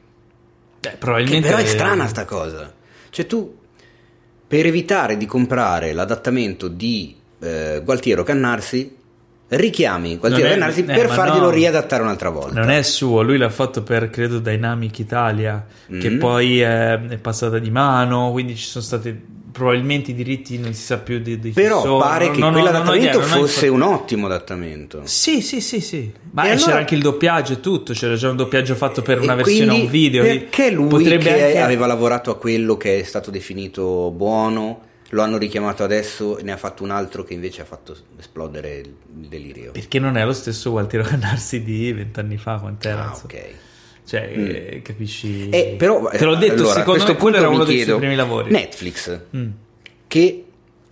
Eh, probabilmente... Che però è strana sta cosa, cioè tu per evitare di comprare l'adattamento di eh, Gualtiero Cannarsi richiami Gualtiero è, Cannarsi eh, per farglielo no, riadattare un'altra volta. Non è suo, lui l'ha fatto per credo Dynamic Italia, mm-hmm. che poi è, è passata di mano, quindi ci sono state probabilmente i diritti, non si sa più di, di però sono. pare che non, quell'adattamento non, non fosse un ottimo adattamento. Sì, sì, sì, sì. Ma e c'era allora... anche il doppiaggio e tutto, c'era già un doppiaggio fatto per una e versione a un video. Perché lui potrebbe che anche... aveva lavorato a quello che è stato definito buono, lo hanno richiamato adesso e ne ha fatto un altro che invece ha fatto esplodere il delirio? Perché non è lo stesso Gualtiero Cannarsi di vent'anni fa, quant'era? Ah, ok. Cioè, mm. eh, capisci? Eh, però, te l'ho detto, allora, secondo me quello era uno dei suoi primi lavori. Netflix, mm. che,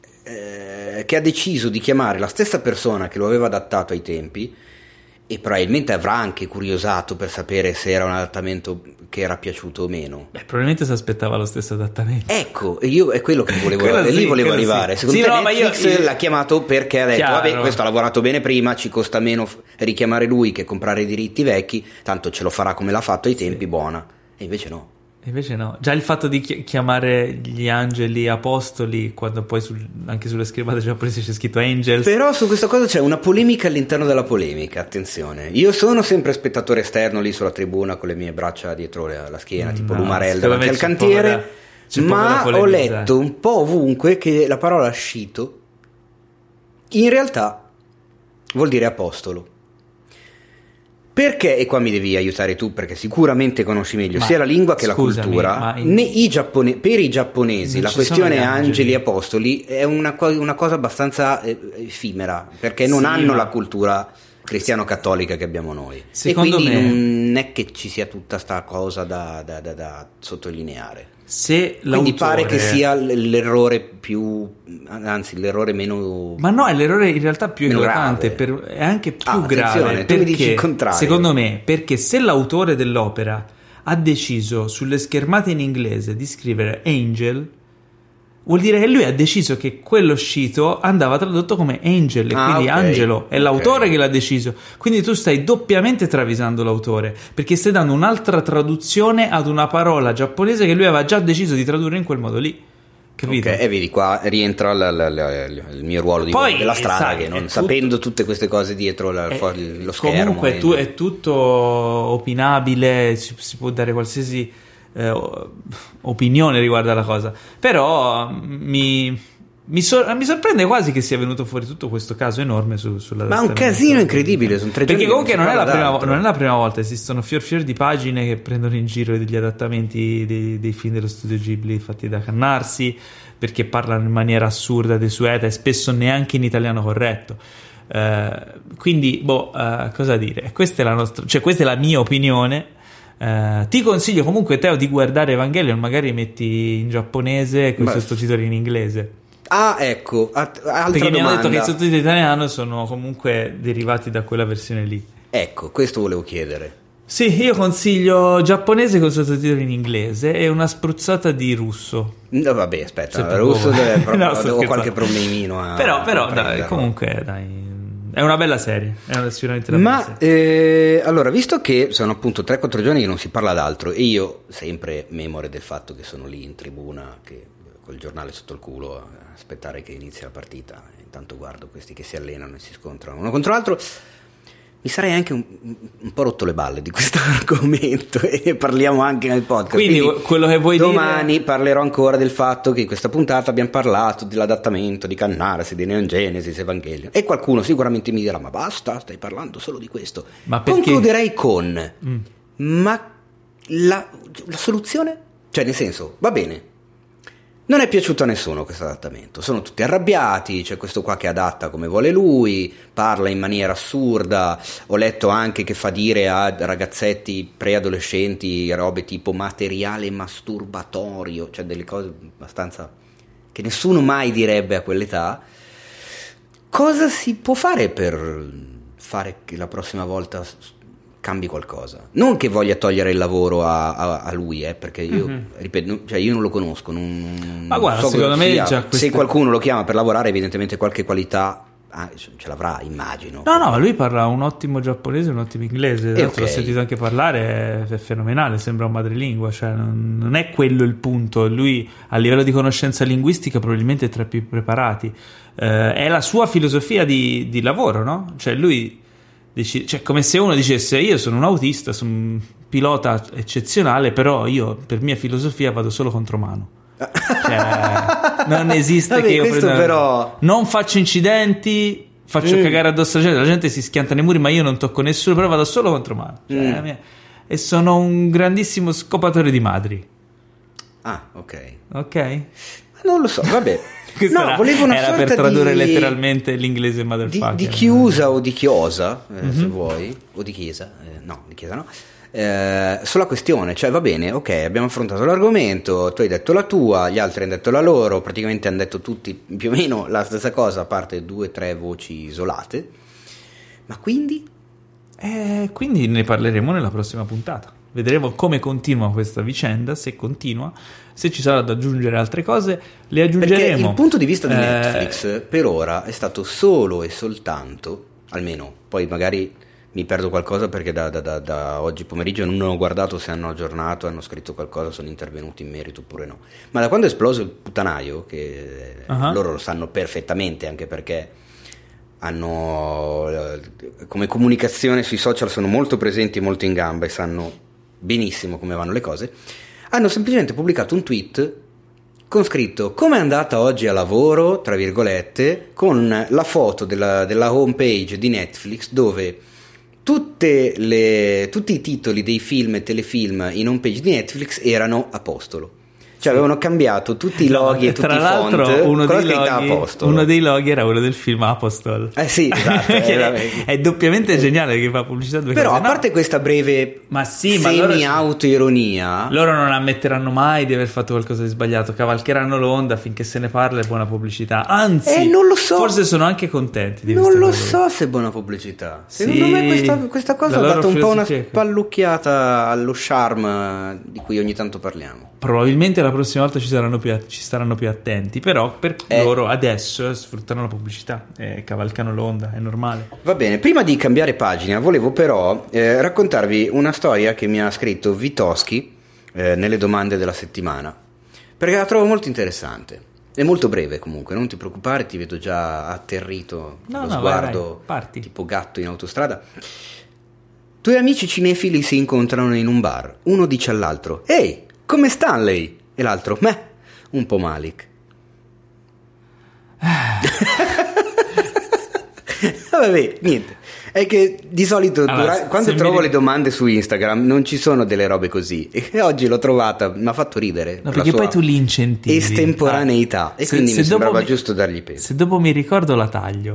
eh, che ha deciso di chiamare la stessa persona che lo aveva adattato ai tempi, e probabilmente avrà anche curiosato per sapere se era un adattamento che era piaciuto o meno. Beh, probabilmente si aspettava lo stesso adattamento. Ecco, io è quello che volevo, quello lì sì, volevo arrivare. Sì. Secondo sì, te no, Netflix ma io, io... l'ha chiamato perché ha detto Chiaro. vabbè, questo ha lavorato bene prima, ci costa meno richiamare lui che comprare i diritti vecchi, tanto ce lo farà come l'ha fatto ai tempi, sì. buona. E invece no. Invece no, già il fatto di chiamare gli angeli apostoli, quando poi sul, anche sulle scrivate giapponesi c'è scritto angels. Però su questa cosa c'è una polemica all'interno della polemica, attenzione. Io sono sempre spettatore esterno lì sulla tribuna con le mie braccia dietro la schiena, no, tipo l'Umarell davanti al cantiere, ma ho letto un po' ovunque che la parola scito in realtà vuol dire apostolo. Perché, e qua mi devi aiutare tu perché sicuramente conosci meglio ma, sia la lingua che scusami, la cultura, in... ne, i giappone, per i giapponesi non la questione angeli e apostoli è una, co- una cosa abbastanza eh, effimera, perché non sì, hanno ma... la cultura cristiano-cattolica che abbiamo noi. Secondo e quindi me... non è che ci sia tutta sta cosa da, da, da, da sottolineare. Se quindi pare che sia l'errore più, anzi l'errore meno, ma no, è l'errore in realtà più eclatante, per, è anche più ah, grave tu mi dici il contrario. Secondo me, perché se l'autore dell'opera ha deciso sulle schermate in inglese di scrivere angel, vuol dire che lui ha deciso che quello scito andava tradotto come angel e ah, quindi okay. angelo, è okay. l'autore che l'ha deciso, quindi tu stai doppiamente travisando l'autore perché stai dando un'altra traduzione ad una parola giapponese che lui aveva già deciso di tradurre in quel modo lì, capito? Okay. E vedi qua rientra l- l- l- il mio ruolo di Poi, della strada sai, che non tutto, sapendo tutte queste cose dietro la, è, lo schermo comunque tu, è tutto opinabile, si, si può dare qualsiasi Eh, opinione riguardo alla cosa, però mi, Mi, sor- mi sorprende quasi che sia venuto fuori tutto questo caso enorme su, sulla ma un casino incredibile, sono tre perché comunque non, non, è la prima, d'altro. non è la prima volta, esistono fior fior di pagine che prendono in giro degli adattamenti dei, dei film dello studio Ghibli fatti da Cannarsi, perché parlano in maniera assurda, desueta e spesso neanche in italiano corretto. Uh, quindi boh, uh, cosa dire, questa è la nostra, cioè questa è la mia opinione. Uh, ti consiglio comunque, Teo, di guardare Evangelion, magari metti in giapponese con i sottotitoli in inglese. Ah, ecco, altra perché mi domanda. hanno detto che i sottotitoli italiani sono comunque derivati da quella versione lì. Ecco, questo volevo chiedere. Sì, io consiglio giapponese con sottotitoli in inglese e una spruzzata di russo. No, vabbè, aspetta, Sempre russo deve, proprio, no, devo qualche problemino a, però, però a dai, comunque dai, è una bella serie, è una, sicuramente una ma bella serie. Eh, allora, visto che sono appunto tre quattro giorni che non si parla d'altro e io sempre memore del fatto che sono lì in tribuna che col giornale sotto il culo a aspettare che inizi la partita, intanto guardo questi che si allenano e si scontrano uno contro l'altro, mi sarei anche un, un po' rotto le balle di questo argomento e parliamo anche nel podcast. Quindi, Quindi quello che vuoi domani dire... parlerò ancora del fatto che in questa puntata abbiamo parlato dell'adattamento di Cannarsi, di Neon Genesis, Evangelion, e qualcuno sicuramente mi dirà ma basta, stai parlando solo di questo. Ma perché? Concluderei con mm. ma la, la soluzione? Cioè, nel senso, va bene, non è piaciuto a nessuno questo adattamento, sono tutti arrabbiati, c'è questo qua che adatta come vuole lui, parla in maniera assurda, ho letto anche che fa dire a ragazzetti preadolescenti robe tipo materiale masturbatorio, cioè delle cose abbastanza che nessuno mai direbbe a quell'età. Cosa si può fare per fare che la prossima volta cambi qualcosa? Non che voglia togliere il lavoro a, a, a lui, eh, perché io, mm-hmm. ripeto, cioè io non lo conosco, non, ma guarda, non so secondo me sia. già queste... Se qualcuno lo chiama per lavorare, evidentemente qualche qualità ah, ce l'avrà, immagino. No, no, ma lui parla un ottimo giapponese e un ottimo inglese, eh, okay. L'ho sentito anche parlare, è, è fenomenale, sembra un madrelingua, cioè non, non è quello il punto, lui a livello di conoscenza linguistica probabilmente è tra i più preparati, eh, è la sua filosofia di, di lavoro, no? Cioè lui Dici, cioè come se uno dicesse io sono un autista, sono un pilota eccezionale, però io per mia filosofia vado solo contro mano, cioè, non esiste. Vabbè, che io prenda... però... non faccio incidenti, faccio mm. cagare addosso alla gente, la gente si schianta nei muri ma io non tocco nessuno, però vado solo contro mano, cioè, mm. mia... e sono un grandissimo scopatore di madri. Ah, ok ok, non lo so, vabbè. No, era, volevo una era sorta per tradurre di, letteralmente l'inglese motherfucker. Di, di chiusa o di chiosa, eh, mm-hmm. se vuoi, o di chiesa, eh, no, di chiesa no, eh, sulla questione, cioè va bene, ok, abbiamo affrontato l'argomento, tu hai detto la tua, gli altri hanno detto la loro, praticamente hanno detto tutti più o meno la stessa cosa, a parte due o tre voci isolate, ma quindi? Eh, quindi ne parleremo nella prossima puntata. Vedremo come continua questa vicenda, se continua, se ci sarà da aggiungere altre cose, le aggiungeremo. Perché il punto di vista di eh... Netflix per ora è stato solo e soltanto, almeno poi magari mi perdo qualcosa perché da, da, da, da oggi pomeriggio non ho guardato se hanno aggiornato, hanno scritto qualcosa, sono intervenuti in merito oppure no. Ma da quando è esploso il puttanaio, che uh-huh. loro lo sanno perfettamente anche perché hanno come comunicazione sui social sono molto presenti, molto in gamba e sanno benissimo come vanno le cose, hanno semplicemente pubblicato un tweet con scritto come è andata oggi a lavoro, tra virgolette, con la foto della, della home page di Netflix dove tutte le, tutti i titoli dei film e telefilm in home page di Netflix erano apostolo. Cioè avevano cambiato tutti i loghi no, e tutti tra i l'altro font, uno dei, loghi, Apostolo. uno dei loghi era quello del film Apostol. Eh sì, esatto. Era, è doppiamente geniale che fa pubblicità due però cose. a parte no. questa breve ma sì, semi-autoironia, loro, loro non ammetteranno mai di aver fatto qualcosa di sbagliato, cavalcheranno l'onda finché se ne parla, è buona pubblicità. Anzi, eh, non lo so. forse sono anche contenti di non lo cosa. so se è buona pubblicità. Sì, secondo me questa, questa cosa ha dato un po' una che... spallucchiata allo charme di cui ogni tanto parliamo. Probabilmente la prossima volta ci saranno più, ci staranno più attenti, però per eh. loro adesso sfruttano la pubblicità e cavalcano l'onda, è normale. Va bene, prima di cambiare pagina volevo però eh, raccontarvi una storia che mi ha scritto Vitoschi eh, nelle domande della settimana, perché la trovo molto interessante. È molto breve comunque, non ti preoccupare, ti vedo già atterrito, no, lo no, sguardo vai, vai, tipo gatto in autostrada. Due amici cinefili si incontrano in un bar, uno dice all'altro ehi, come Stanley? E l'altro, meh, un po' Malik. Vabbè, niente. È che di solito allora, dura- quando trovo mi... le domande su Instagram non ci sono delle robe così, e oggi l'ho trovata, mi ha fatto ridere. No, perché poi tu li incentivi. Estemporaneità, ah, e se, quindi se mi sembrava mi... giusto dargli peso. Se dopo mi ricordo la taglio.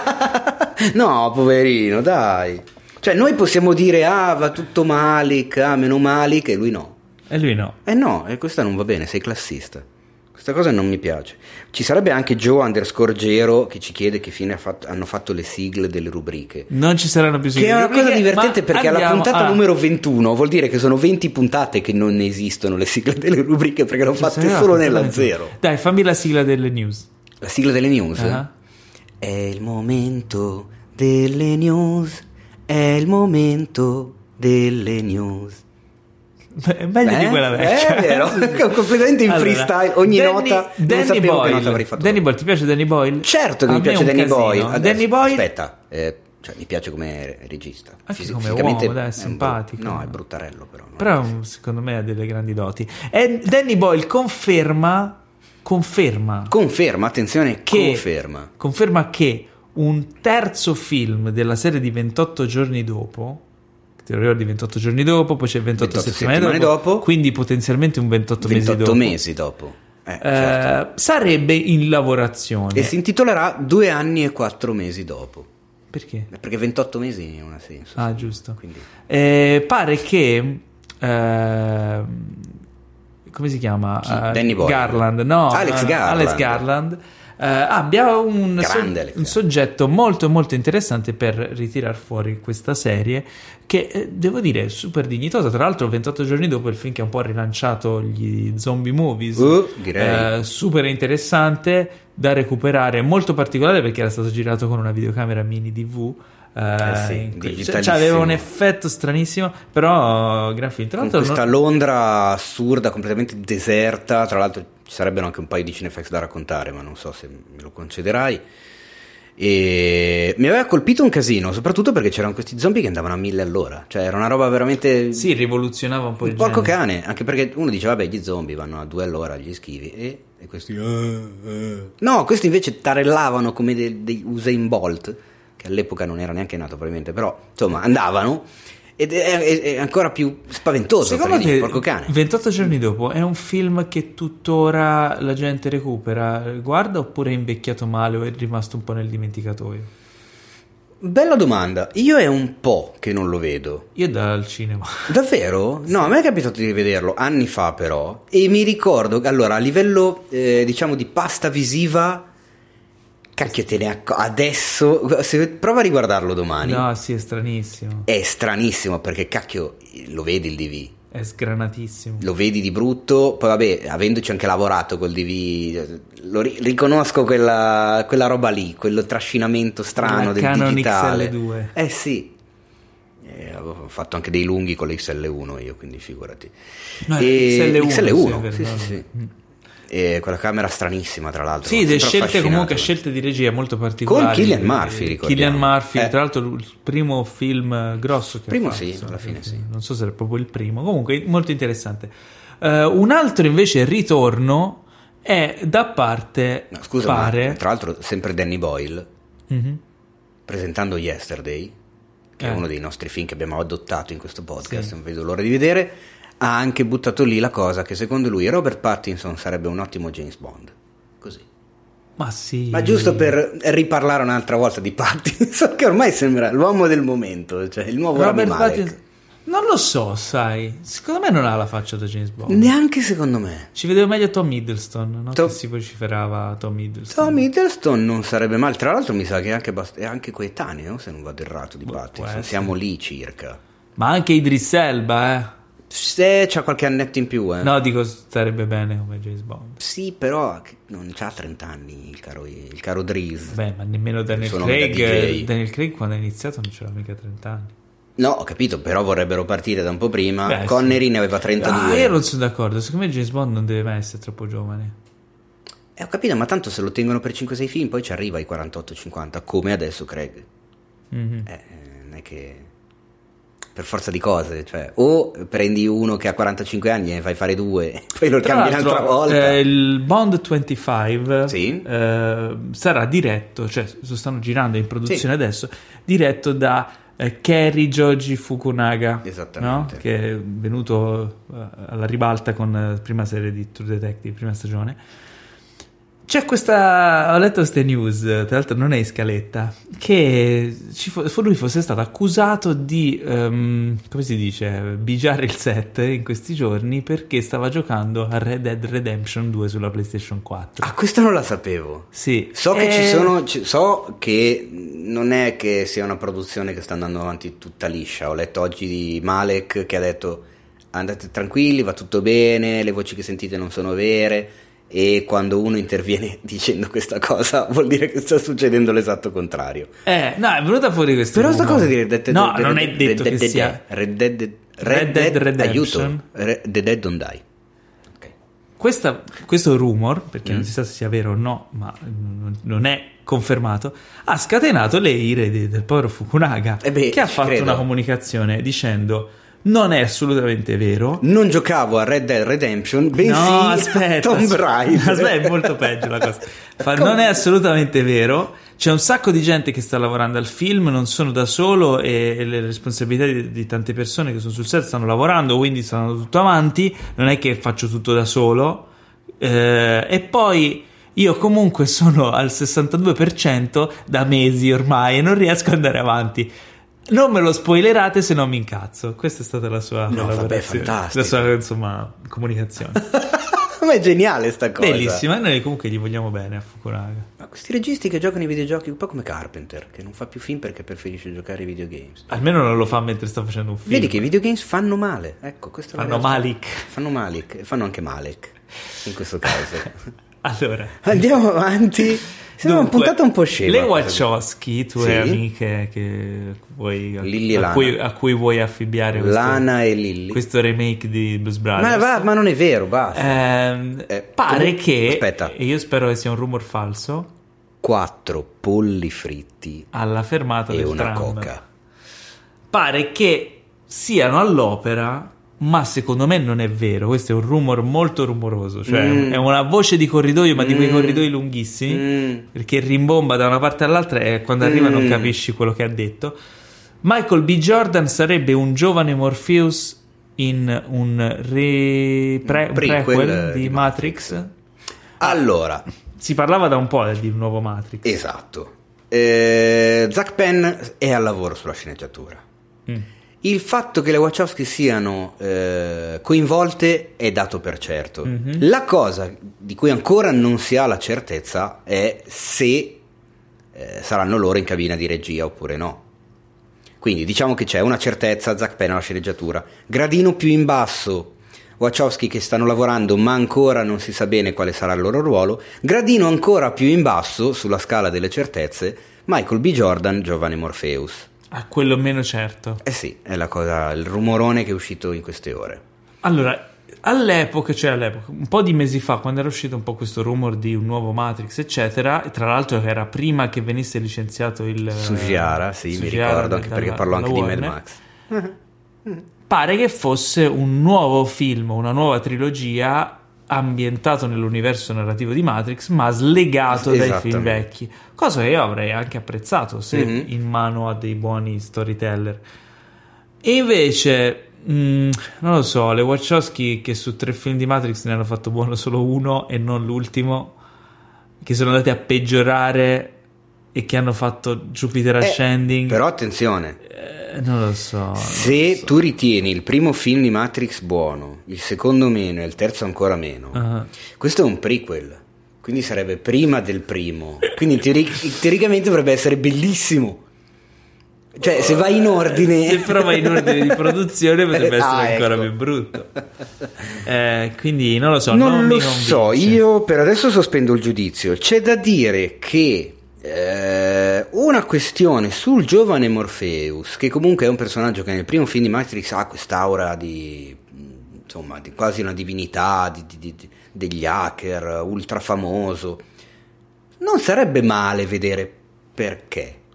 No, poverino, dai. Cioè noi possiamo dire ah va tutto Malik, ah meno Malik, e lui no. E lui no. Eh no, e questa non va bene, sei classista. Questa cosa non mi piace. Ci sarebbe anche Joe underscore Gero che ci chiede che fine ha fatto, hanno fatto le sigle delle rubriche. Non ci saranno più sigle. Che è una rubriche, cosa divertente perché andiamo, alla puntata ah. numero ventuno vuol dire che sono venti puntate che non esistono le sigle delle rubriche perché l'ho fatte solo nella zero. Dai, fammi la sigla delle news. La sigla delle news? Uh-huh. È il momento delle news, è il momento delle news. Beh, meglio Beh, di quella vecchia. È vero, completamente in allora, freestyle, ogni Danny, nota non Danny sapevo Boyle. che nota avrei fatto. Danny Boyle, ti piace Danny Boyle? Certo che A mi me piace è un Danny casino. Boyle. Adesso, Danny Boyle aspetta, eh, cioè, mi piace come regista. Anche Fisi- come fisicamente uomo, dai, è un simpatico. bru- no, è bruttarello però. non Però è- secondo me ha delle grandi doti. E Danny Boyle conferma conferma Conferma, attenzione, che conferma. conferma che un terzo film della serie di ventotto giorni dopo, ti ricordi ventotto giorni dopo, poi c'è ventotto, ventotto settimane, settimane dopo, dopo, quindi potenzialmente un ventotto, mesi ventotto dopo, mesi dopo. Eh, eh, certo. sarebbe in lavorazione. E si intitolerà Due anni e quattro mesi dopo. Perché? Perché ventotto mesi non ha senso. Ah, sì. giusto. Quindi... Eh, pare che eh, come si chiama? Chi? Eh, Danny Boyle? Garland, no, Alex eh, Garland. Alex Garland eh, abbia un, so- Grande Alex un Garland. soggetto molto molto interessante per ritirar fuori questa serie che eh, devo dire è super dignitosa. Tra l'altro ventotto giorni dopo il film che ha un po' rilanciato gli zombie movies, Uh, direi. eh, super interessante da recuperare, molto particolare perché era stato girato con una videocamera mini D V. Eh, Eh sì, in cui- digitalissimo. cioè, aveva un effetto stranissimo, però gran film. Tra Con l'altro questa non- Londra assurda, completamente deserta. Tra l'altro ci sarebbero anche un paio di cinefax da raccontare, ma non so se me lo concederai. E mi aveva colpito un casino, soprattutto perché c'erano questi zombie che andavano a mille all'ora. Cioè era una roba veramente... sì, rivoluzionava un po' il un porco genere. cane, anche perché uno dice vabbè gli zombie vanno a due all'ora, gli schivi e, e questi no, questi invece tarellavano come dei, dei Usain Bolt, che all'epoca non era neanche nato probabilmente, però insomma andavano ed è, è- è ancora più spaventoso. Secondo perché dici, te porco cane. ventotto giorni dopo è un film che tuttora la gente recupera, guarda, oppure è invecchiato male o è rimasto un po' nel dimenticatoio? Bella domanda, io è un po' che non lo vedo. Io dal cinema. Davvero? No, a me è capitato di rivederlo anni fa però, e mi ricordo, allora a livello eh, diciamo di pasta visiva, cacchio te ne acc- adesso, se prova a riguardarlo domani, No, sì, è stranissimo, è stranissimo perché cacchio lo vedi il D V, è sgranatissimo. lo vedi di brutto, poi vabbè, avendoci anche lavorato col D V, lo ri- riconosco quella, quella roba lì, quello trascinamento strano La del Canon digitale. X L due. Eh sì. Eh, avevo fatto anche dei lunghi con l'X L uno io, quindi figurati. No, E- X L uno, X L uno, sì, sì, è vero, sì, no. sì. E quella camera stranissima tra l'altro. Sì, mi ha delle sempre scelte comunque affascinato. scelte di regia molto particolari. Con Cillian Murphy, ricordiamo. Cillian Murphy, Eh. tra l'altro il primo film grosso che Primo ha fatto, sì, alla fine sì. Non so se era proprio il primo, comunque molto interessante. Eh, un altro invece ritorno è da parte No, scusa, pare ma, tra l'altro sempre Danny Boyle Mhm. presentando Yesterday, che Eh. è uno dei nostri film che abbiamo adottato in questo podcast, Sì. non vedo l'ora di vedere, ha anche buttato lì la cosa che secondo lui Robert Pattinson sarebbe un ottimo James Bond. Così. Ma sì. Ma giusto per riparlare un'altra volta di Pattinson, che ormai sembra l'uomo del momento, cioè il nuovo Rami Robert Malek. Pattinson non lo so, sai. Secondo me non ha la faccia da James Bond. Neanche secondo me. Ci vedevo meglio Tom Hiddleston, no? Tom- Che si vociferava Tom Hiddleston. Tom Hiddleston non sarebbe male, tra l'altro mi sa che è anche, bast- è anche coetaneo, se non vado errato, di Boh, può Pattinson, essere. siamo lì circa. Ma anche Idris Elba, eh. Se c'ha qualche annetto in più, eh. No, dico starebbe bene come James Bond. Sì, però non c'ha trenta anni il caro, il caro Driz. Beh, ma nemmeno Daniel Sono Craig. da D J. Daniel Craig quando ha iniziato non c'era mica trenta anni. No, ho capito, però vorrebbero partire da un po' prima. Beh, Connery sì. ne aveva trentadue. Ah, io non sono d'accordo. Secondo me James Bond non deve mai essere troppo giovane. Eh, ho capito, ma tanto se lo tengono per cinque sei film, poi ci arriva ai quarantotto cinquanta, come adesso Craig. Mhm. Eh, non è che... per forza di cose, cioè o prendi uno che ha quarantacinque anni e ne fai fare due e poi lo Tra cambi l'altro, un'altra volta. eh, il Bond venticinque Sì. eh, sarà diretto, cioè lo stanno girando in produzione Sì. adesso, diretto da eh, Cary Joji Fukunaga, Esattamente. no? Che è venuto eh, alla ribalta con la prima serie di True Detective, prima stagione. C'è questa, ho letto queste news, tra l'altro non è in scaletta, che ci fo- lui fosse stato accusato di, ehm, come si dice, bigiare il set in questi giorni perché stava giocando a Red Dead Redemption due sulla PlayStation quattro. Ah, questa non la sapevo. Sì. So che E- ci sono, ci- so che non è che sia una produzione che sta andando avanti tutta liscia. Ho letto oggi di Malek che ha detto andate tranquilli, va tutto bene, le voci che sentite non sono vere. E quando uno interviene dicendo questa cosa vuol dire che sta succedendo l'esatto contrario. Eh, no, è venuta fuori questa Però sta cosa di Red Dead No, Red- non è Red- detto Red- che sia Red Dead Red Red Dead Dead Redemption. aiuto Re- The Dead Don't Die. Ok. Questa, questo rumor, perché Mm. non si sa se sia vero o no, ma non, non è confermato, ha scatenato le ire de- del povero Fukunaga, Eh beh, che ha ci fatto credo. una comunicazione dicendo non è assolutamente vero. Non giocavo a Red Dead Redemption, bensì No, a aspetta, Tomb aspetta, Raider. aspetta, è molto peggio la cosa. Fa, non è assolutamente vero. C'è un sacco di gente che sta lavorando al film, non sono da solo e le responsabilità di, di tante persone che sono sul set stanno lavorando, quindi stanno tutto avanti. Non è che faccio tutto da solo. Eh, e poi io comunque sono al sessantadue per cento da mesi ormai e non riesco ad andare avanti. Non me lo spoilerate se no mi incazzo. Questa è stata la sua No, vabbè, collaborazione, fantastico. la sua, insomma, comunicazione. Ma è geniale sta cosa. Bellissima, e noi comunque gli vogliamo bene a Fukunaga. Ma questi registi che giocano ai videogiochi, un po' come Carpenter, che non fa più film perché preferisce giocare ai videogames. Almeno non lo fa mentre sta facendo un film. Vedi che i videogames fanno male. Ecco, questo è la Fanno realtà. Malik. Fanno Malik e fanno anche Malek in questo caso. Allora, Andiamo avanti. Sembra una dunque, puntata un po' scema. le Wachowski, tue Sì. amiche che vuoi, Lilly e a, Lana. cui, a cui vuoi affibbiare questo, Lana e Lilly. questo remake di Blues Ma, Brothers. va- ma non è vero, basta. Ehm, Eh, pare comunque- che, aspetta. e io spero che sia un rumor falso, Quattro polli fritti alla fermata e del una tram coca. pare che siano all'opera, ma secondo me non è vero. Questo è un rumor molto rumoroso, cioè Mm. è una voce di corridoio, ma di quei Mm. corridoi lunghissimi, Mm. perché rimbomba da una parte all'altra e quando arriva non Mm. capisci quello che ha detto. Michael B. Jordan sarebbe un giovane Morpheus in un re... pre- un Prequel, prequel eh, di di Matrix. Allora, Si parlava da un po' di un nuovo Matrix. esatto. Eh, Zack Penn è al lavoro sulla sceneggiatura. Mm. Il fatto che le Wachowski siano eh, coinvolte è dato per certo. Mhm. La cosa di cui ancora non si ha la certezza è se eh, saranno loro in cabina di regia oppure no. Quindi diciamo che c'è una certezza: Zack Penn alla sceneggiatura, gradino più in basso Wachowski che stanno lavorando ma ancora non si sa bene quale sarà il loro ruolo, gradino ancora più in basso sulla scala delle certezze Michael B. Jordan, giovane Morpheus. A quello meno certo. Eh sì, è la cosa, il rumorone che è uscito in queste ore. Allora, all'epoca, cioè all'epoca, un po' di mesi fa, quando era uscito un po' questo rumor di un nuovo Matrix, eccetera, e tra l'altro era prima che venisse licenziato il Sugiara, sì, mi Sugiara ricordo, anche dalla- perché parlo dalla anche di Mad Warner. Max. Pare che fosse un nuovo film, una nuova trilogia ambientato nell'universo narrativo di Matrix, ma slegato dai film Esattamente. vecchi, cosa che io avrei anche apprezzato se Mhm. in mano a dei buoni storyteller. E invece mh, non lo so, le Wachowski che su tre film di Matrix ne hanno fatto buono solo uno e non l'ultimo, che sono andati a peggiorare e che hanno fatto Jupiter Eh, Ascending, Però attenzione, eh, non lo so, non se lo so. tu ritieni il primo film di Matrix buono, il secondo meno e il terzo ancora meno, Ah. questo è un prequel, quindi sarebbe prima del primo, quindi teori- teoricamente dovrebbe essere bellissimo. Cioè, se vai in ordine, Se prova in ordine di produzione potrebbe Ah, essere ancora ecco. più brutto. Eh, quindi non lo so. non, non lo mi so, convince. io per adesso sospendo il giudizio. C'è da dire che eh, una questione sul giovane Morpheus, che comunque è un personaggio che nel primo film di Matrix ha quest'aura di, insomma, di quasi una divinità, di, di- di- degli hacker, ultra famoso, non sarebbe male vedere perché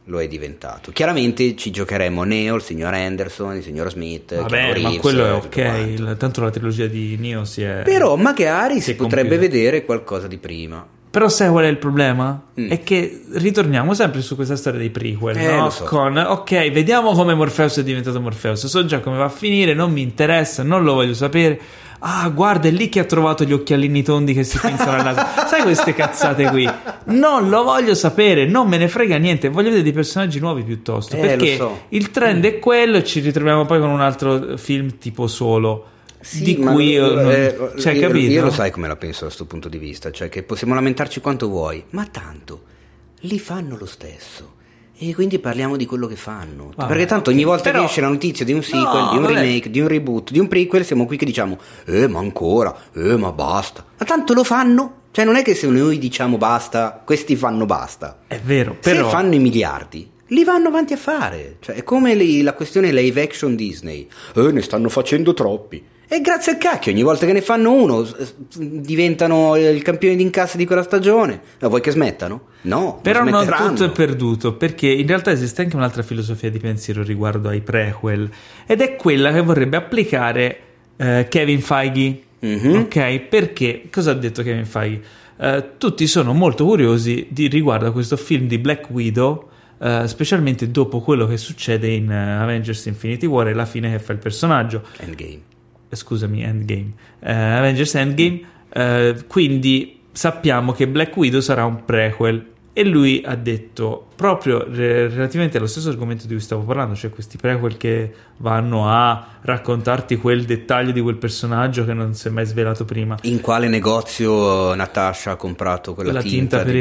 lo è diventato. Chiaramente ci giocheremo Neo, il signor Anderson, il signor Smith. Vabbè, Reeves, ma quello è tutto ok, quanto. tanto la trilogia di Neo si è... Però magari si, si potrebbe compiuta. vedere qualcosa di prima. Però sai qual è il problema? Mm. È che ritorniamo sempre su questa storia dei prequel, Eh, no? lo so. Con, ok, vediamo come Morpheus è diventato Morpheus, so già come va a finire, non mi interessa, non lo voglio sapere. Ah, guarda, è lì che ha trovato gli occhialini tondi che si pinzano al naso. Sai queste cazzate qui? Non lo voglio sapere, non me ne frega niente, voglio vedere dei personaggi nuovi piuttosto, Eh, perché lo so. il trend è quello e ci ritroviamo poi con un altro film tipo Solo. Sì, di ma cui io, non- eh, cioè, io, capito? io lo sai come la penso da questo punto di vista, cioè che possiamo lamentarci quanto vuoi, ma tanto li fanno lo stesso. E quindi parliamo di quello che fanno. Vabbè, perché tanto ogni ok, volta però- che esce la notizia di un sequel, No, di un vabbè. remake, di un reboot, di un prequel, siamo qui che diciamo eh ma ancora, eh ma basta. Ma tanto lo fanno. Cioè non è che se noi diciamo basta, questi fanno basta. È vero, però... Se fanno i miliardi, li vanno avanti a fare. Cioè è come le- la questione live action Disney. Eh ne stanno facendo troppi. E grazie al cacchio, ogni volta che ne fanno uno s- diventano il campione di incassi di quella stagione. Ma vuoi che smettano? No, Però non smetteranno. tutto è perduto, perché in realtà esiste anche un'altra filosofia di pensiero riguardo ai prequel, ed è quella che vorrebbe applicare eh, Kevin Feige. Mhm. Ok? Perché cosa ha detto Kevin Feige? Eh, tutti sono molto curiosi di riguardo a questo film di Black Widow, eh, specialmente dopo quello che succede in eh, Avengers Infinity War e la fine che fa il personaggio. Endgame. Scusami, Endgame, eh, Avengers Endgame, eh, quindi sappiamo che Black Widow sarà un prequel, e lui ha detto proprio re- relativamente allo stesso argomento di cui stavo parlando, cioè questi prequel che vanno a raccontarti quel dettaglio di quel personaggio che non si è mai svelato prima. In quale negozio Natasha ha comprato quella La tinta, tinta per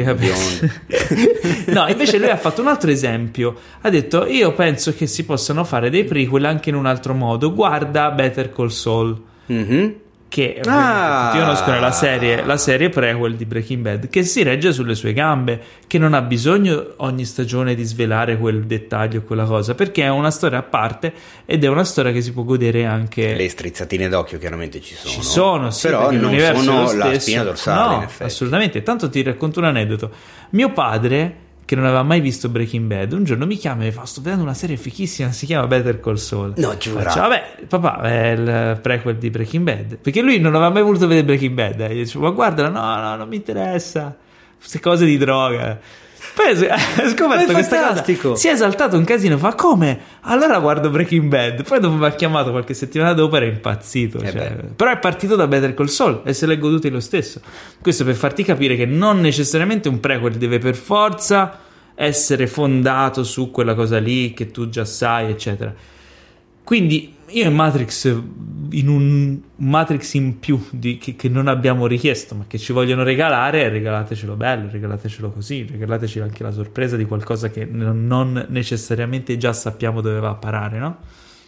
di i capelli. No, invece lui ha fatto un altro esempio. Ha detto: io penso che si possano fare dei prequel anche in un altro modo. Guarda Better Call Saul, Mhm. che Ah. tutti conoscono la serie, la serie prequel di Breaking Bad, che si regge sulle sue gambe, che non ha bisogno ogni stagione di svelare quel dettaglio, quella cosa, perché è una storia a parte ed è una storia che si può godere anche. Le strizzatine d'occhio chiaramente ci sono. Ci sono, sì, però perché non l'universo è sono lo la stesso. spina dorsale, no, in effetti. assolutamente. Tanto ti racconto un aneddoto. Mio padre, che non aveva mai visto Breaking Bad, un giorno mi chiama e mi fa: sto vedendo una serie fichissima, si chiama Better Call Saul. No, giura. Faccio: vabbè, papà, è il prequel di Breaking Bad, perché lui non aveva mai voluto vedere Breaking Bad, eh. Io dicevo: ma guarda, no, no, non mi interessa, queste cose di droga. Poi ho scoperto È questa fantastico. cosa, si è esaltato un casino, fa: come? Allora guardo Breaking Bad. Poi dopo mi ha chiamato qualche settimana dopo, era impazzito, Eh cioè. beh. Però è partito da Better Call Saul e se l'è goduto lo stesso. Questo per farti capire che non necessariamente un prequel deve per forza essere fondato su quella cosa lì che tu già sai, eccetera. Quindi io in Matrix, in un Matrix in più di, che, che non abbiamo richiesto ma che ci vogliono regalare, regalatecelo bello, regalatecelo così, regalateci anche la sorpresa di qualcosa che non, non necessariamente già sappiamo dove va a parare, no?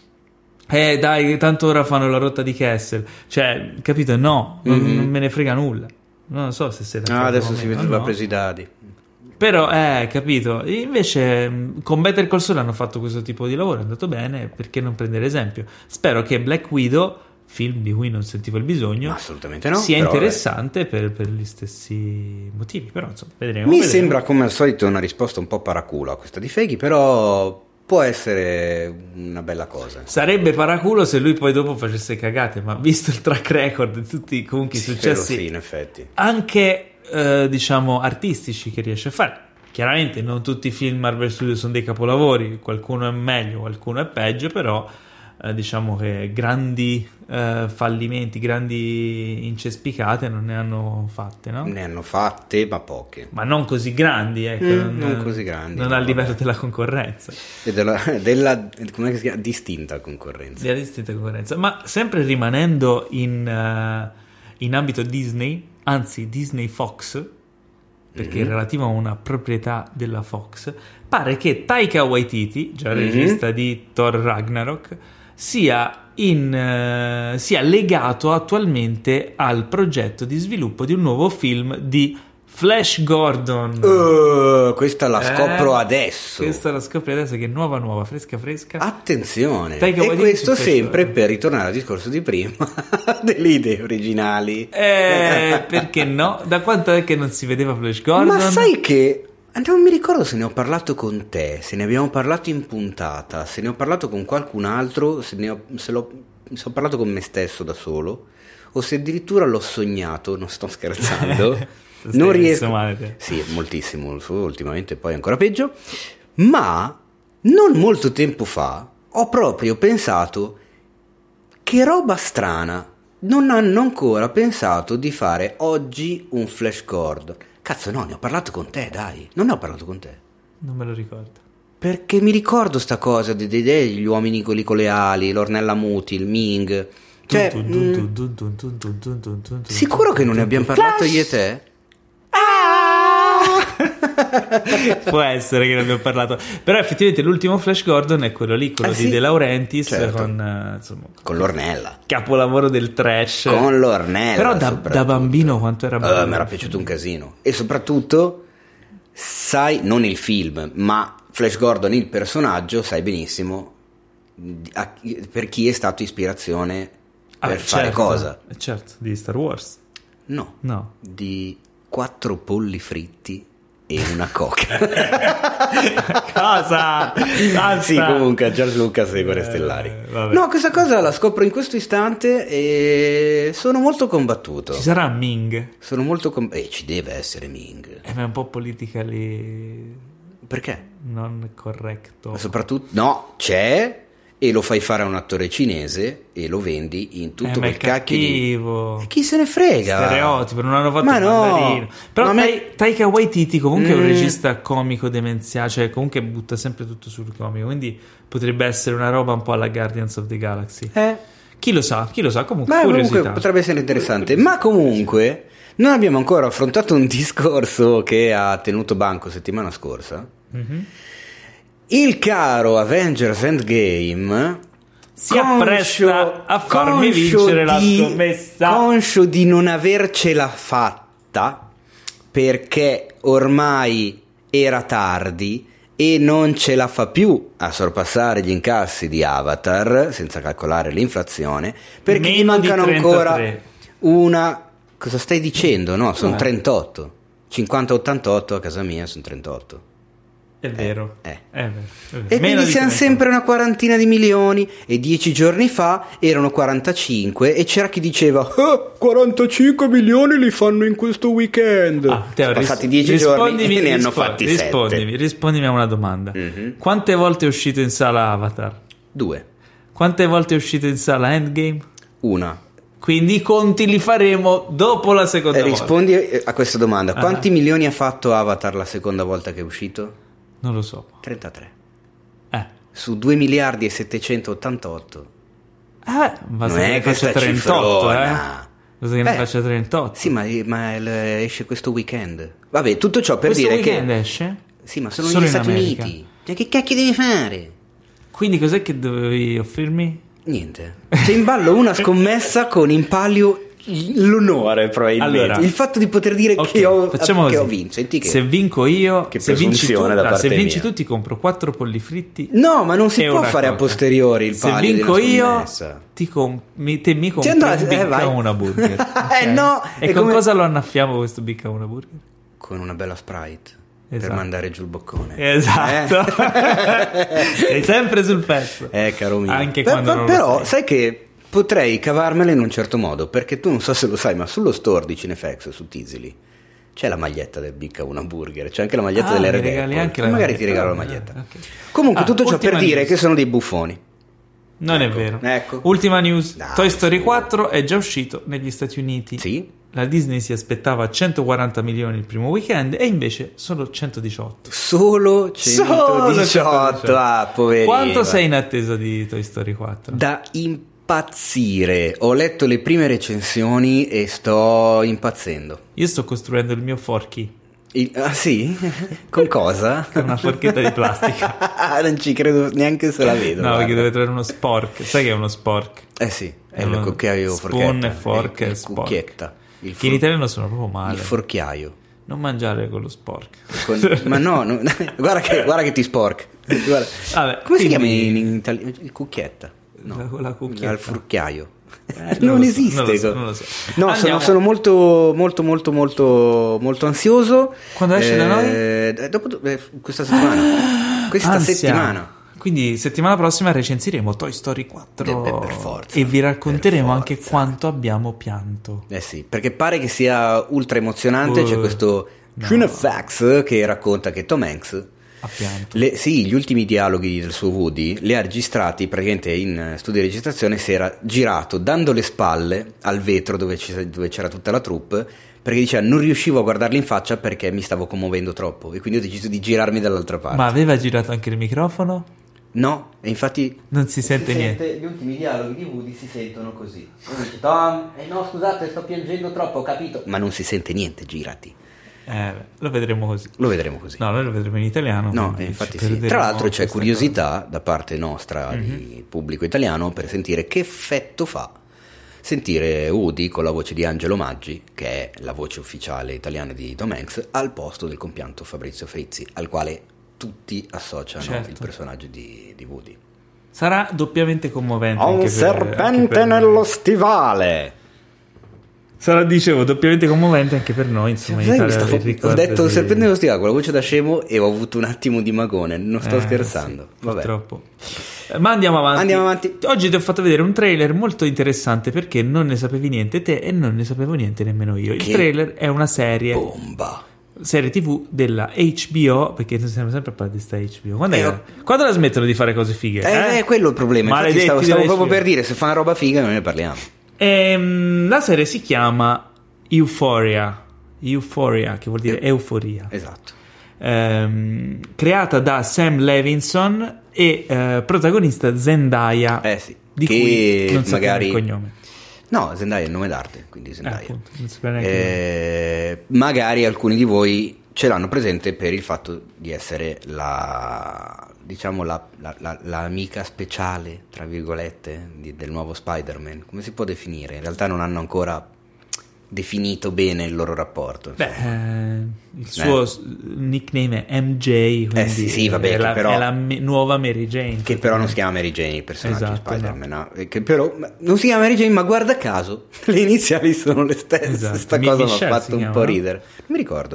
Eh dai, tanto ora fanno la rotta di Kessel, cioè, capito? No, non, Mhm. non me ne frega nulla. Non so se siete Ah, d'accordo adesso con si me, vede no? va presi i dadi. Però, eh, capito. Invece, mh, con Better Call Saul hanno fatto questo tipo di lavoro, è andato bene, perché non prendere esempio? Spero che Black Widow, film di cui non sentivo il bisogno, Ma assolutamente no, sia però, interessante per, per gli stessi motivi. Però, insomma, vedremo. Mi vedremo. sembra come al solito una risposta un po' paraculo a questa di Feghi, però può essere una bella cosa. Sarebbe paraculo se lui poi dopo facesse cagate, ma visto il track record di tutti i comunque i Sì, successi, sì, in effetti. anche eh, diciamo artistici che riesce a fare. Chiaramente non tutti i film Marvel Studios sono dei capolavori, qualcuno è meglio, qualcuno è peggio, però eh, diciamo che grandi eh, fallimenti, grandi incespicate non ne hanno fatte, no? Ne hanno fatte, ma poche. Ma non così grandi, ecco, Mm, non così grandi, non no, al livello vabbè. della concorrenza. E della, della come si chiama? Distinta concorrenza. Della distinta concorrenza. Ma sempre rimanendo in, eh, in ambito Disney, anzi Disney Fox, perché Mhm. è relativo a una proprietà della Fox, pare che Taika Waititi, già Mhm. regista di Thor Ragnarok, sia, in, eh, sia legato attualmente al progetto di sviluppo di un nuovo film di Flash Gordon. Uh, questa la Eh, scopro adesso. Questa la scopri adesso, che è nuova nuova, fresca fresca. Attenzione. Taika E Waititi questo su sempre questo- per ritornare al discorso di prima delle idee originali. Eh, perché no? Da quanto è che non si vedeva Flash Gordon? Ma sai che Non mi ricordo se ne ho parlato con te, se ne abbiamo parlato in puntata, se ne ho parlato con qualcun altro, se ne ho, se l'ho, se ho parlato con me stesso da solo, o se addirittura l'ho sognato, non sto scherzando. Non riesco. Male. Sì, moltissimo, ultimamente poi ancora peggio. Ma non molto tempo fa ho proprio pensato che roba strana. Non hanno ancora pensato di fare oggi un Flash Gordon. Cazzo no, ne ho parlato con te, dai. Non ne ho parlato con te. Non me lo ricordo. Perché mi ricordo sta cosa dei, dei, degli uomini quelli con le ali, l'Ornella Muti, il Ming. Cioè, mh, sicuro che non ne abbiamo parlato io e te? Può essere che ne abbiamo parlato, però effettivamente l'ultimo Flash Gordon è quello lì, quello eh sì, di De Laurentiis, certo. con, insomma, con l'Ornella, capolavoro del trash, con l'Ornella. Però da, da bambino quanto era bello, uh, mi era piaciuto un casino. E soprattutto sai, non il film, ma Flash Gordon il personaggio, sai benissimo a, per chi è stato ispirazione per ah, fare certo, cosa. Certo, di Star Wars. No, no, di quattro polli fritti e una coca. Cosa? Basta. Sì, comunque George Lucas e Guerre Stellari. Eh, no, questa cosa la scopro in questo istante e sono molto combattuto. Ci sarà Ming? Sono molto com- eh, ci deve essere Ming. Eh, ma è un po' politica lì. Perché? Non corretto. Ma soprattutto no, c'è. E lo fai fare a un attore cinese e lo vendi in tutto eh, quel cacchio di... E chi se ne frega? Stereotipo, non hanno fatto ma il no. mandarino. Però ma Tai- me... Taika Waititi comunque mm. è un Mm. regista comico demenziale, cioè comunque butta sempre tutto sul comico, quindi potrebbe essere una roba un po' alla Guardians of the Galaxy. Eh. Chi lo sa, chi lo sa, comunque ma curiosità. comunque potrebbe essere interessante. Ma comunque non abbiamo ancora affrontato un discorso che ha tenuto banco settimana scorsa. Mm-hmm. Il caro Avengers Endgame si appresta a farmi vincere la di, scommessa, conscio di non avercela fatta perché ormai era tardi e non ce la fa più a sorpassare gli incassi di Avatar senza calcolare l'inflazione, perché gli mancano ancora una... Cosa stai dicendo? No, sono trentotto. cinquanta ottantotto a casa mia sono trentotto. È vero, eh, eh. È vero, è vero. E Meno quindi siamo sempre una quarantina di milioni e dieci giorni fa erano quarantacinque e c'era chi diceva oh, quarantacinque milioni li fanno in questo weekend. Ah, sono passati dieci giorni e ne rispo- hanno fatti rispondimi, sette. Rispondimi a una domanda. Mm-hmm. Quante volte è uscito in sala Avatar? Due. Quante volte è uscito in sala Endgame? Una. Quindi i conti li faremo dopo la seconda eh, volta. Rispondi a questa domanda. Quanti ah. milioni ha fatto Avatar la seconda volta che è uscito? Non lo so. trentatré. Eh. Su due miliardi e settecentottantotto. Eh, basta che ne faccia trentotto, eh. Basta che ne eh, faccia trentotto. Sì, ma, ma il, esce questo weekend. Vabbè, tutto ciò per questo dire che... Questo weekend esce? Sì, ma sono solo negli Stati America. Uniti. Cioè, che cacchio devi fare? Quindi cos'è che dovevi offrirmi? Niente. C'è in ballo una scommessa con in palio l'onore, probabilmente. Allora, il fatto di poter dire okay, che, ho, che ho vinto. Senti che, se vinco io, che se vinci tu, da parte se vinci mia. tu ti compro quattro polli fritti. No, ma non si può fare cosa. a posteriori il se palio. Se vinco io, ti com- mi, te mi compri andrà, un Bicca eh, una burger. Okay? eh no. E con come... cosa lo annaffiamo questo Bicca una burger? Con una bella Sprite. Esatto. Per mandare giù il boccone. Esatto. Eh? Sei sempre sul pezzo. Eh, caro mio. Anche per, quando per, non però, lo sai che potrei cavarmela in un certo modo, perché tu non so se lo sai, ma sullo store di Cinefx su Tizili c'è la maglietta del Bicca una burger, c'è anche la maglietta ah, delle Red Apple, anche e la magari maglietta. ti regalo la maglietta. Ah, okay. Comunque ah, tutto ciò per dire news. che sono dei buffoni. Non ecco, è vero. Ecco. Ultima news. Dai, Toy Story sì. quattro è già uscito negli Stati Uniti. Sì. La Disney si aspettava centoquaranta milioni il primo weekend e invece solo centodiciotto. Solo centodiciotto. Ah, poverino. Quanto sei in attesa di Toy Story quattro? Da impazzire. Ho letto le prime recensioni e sto impazzendo. Io sto costruendo il mio forky. Il, ah sì? Con cosa? Con una forchetta di plastica. Non ci credo neanche se la vedo. No, guarda. perché deve trovare uno spork. Sai che è uno spork? Eh sì, è, è il cucchiaio spoon forchetta. e fork il, e il spork. cucchietta. Il Che in italiano sono proprio male. Il forchiaio. Non mangiare quello spork. Con, ma no, no guarda, che, guarda che ti spork. Guarda. Vabbè, come quindi... si chiama in, in italiano? Il cucchietta. No, la, la cucchietta. Il forchiaio. Eh, non, non esiste. Non lo so, non lo so. No, sono, sono molto, molto, molto, molto, molto ansioso. Quando esce eh, da noi? Dopo, eh, questa settimana. Questa Ansia. settimana. Quindi settimana prossima recensiremo Toy Story quattro Eh, beh, per forza, e vi racconteremo per anche forza. quanto abbiamo pianto. Eh sì, perché pare che sia ultra emozionante. Uh, C'è questo no. Cinefax che racconta che Tom Hanks Ha pianto. le, sì, gli ultimi dialoghi del suo Woody li ha registrati praticamente in studio di registrazione. Si era girato dando le spalle al vetro dove, ci, dove c'era tutta la troupe, perché diceva non riuscivo a guardarli in faccia perché mi stavo commuovendo troppo, e quindi ho deciso di girarmi dall'altra parte. Ma aveva girato anche il microfono? No, e infatti Non si sente niente. Gli ultimi dialoghi di Woody si sentono così. Uno dice Tom, eh no scusate sto piangendo troppo, ho capito. Ma non si sente niente, girati. Eh, lo vedremo così. Lo vedremo così. No, noi lo vedremo in italiano. No, quindi eh, infatti ci sì. perderemo Tra l'altro c'è questa curiosità cosa. da parte nostra, Mhm. di pubblico italiano, per sentire che effetto fa sentire Woody con la voce di Angelo Maggi, che è la voce ufficiale italiana di Tom Hanks, al posto del compianto Fabrizio Frizzi, al quale tutti associano Certo. il personaggio di, di Woody. Sarà doppiamente commovente. Ho anche un per- anche serpente per- nello stivale. Sarà, dicevo, doppiamente commovente anche per noi. Insomma, in Sai, mi Italia stavo- il ho ricordo detto di- serpente nello stivale con la voce da scemo e ho avuto un attimo di magone. Non sto Eh, scherzando. sì, Vabbè. purtroppo. Eh, Ma andiamo avanti. Andiamo avanti. Oggi ti ho fatto vedere un trailer molto interessante perché non ne sapevi niente te e non ne sapevo niente nemmeno io. Il Che trailer è una serie, Bomba. serie tivù della H B O, perché siamo sempre a parlare di sta H B O. Quando, Eh, è- ho- quando la smettono di fare cose fighe? Eh, è quello il problema. Infatti Maledetti stavo, stavo della proprio H B O. per dire, se fa una roba figa noi ne parliamo. Ehm, la serie si chiama Euphoria. Euphoria, che vuol dire euforia. Esatto. Ehm, creata da Sam Levinson e eh, protagonista Zendaya, Eh sì. di che cui non sappiamo magari il cognome. No, Zendaya è il nome d'arte, quindi Eh, Zendaya. appunto, non sapevo neanche Eh, magari alcuni di voi ce l'hanno presente per il fatto di essere la diciamo la, la, la, l'amica speciale, tra virgolette, di- del nuovo Spider-Man. Come si può definire? In realtà non hanno ancora definito bene il loro rapporto. Beh, eh, il suo s- nickname è M J, quindi Eh sì, sì, vabbè, è, la, che però- è la me- nuova Mary Jane. Che però non si chiama Mary Jane, il personaggio Esatto, di Spider-Man, no. E che però ma non si chiama Mary Jane, ma guarda caso le iniziali sono le stesse. Esatto. Questa Mi- cosa mi ha Michelle fatto si un chiama, po' no? ridere. Non mi ricordo.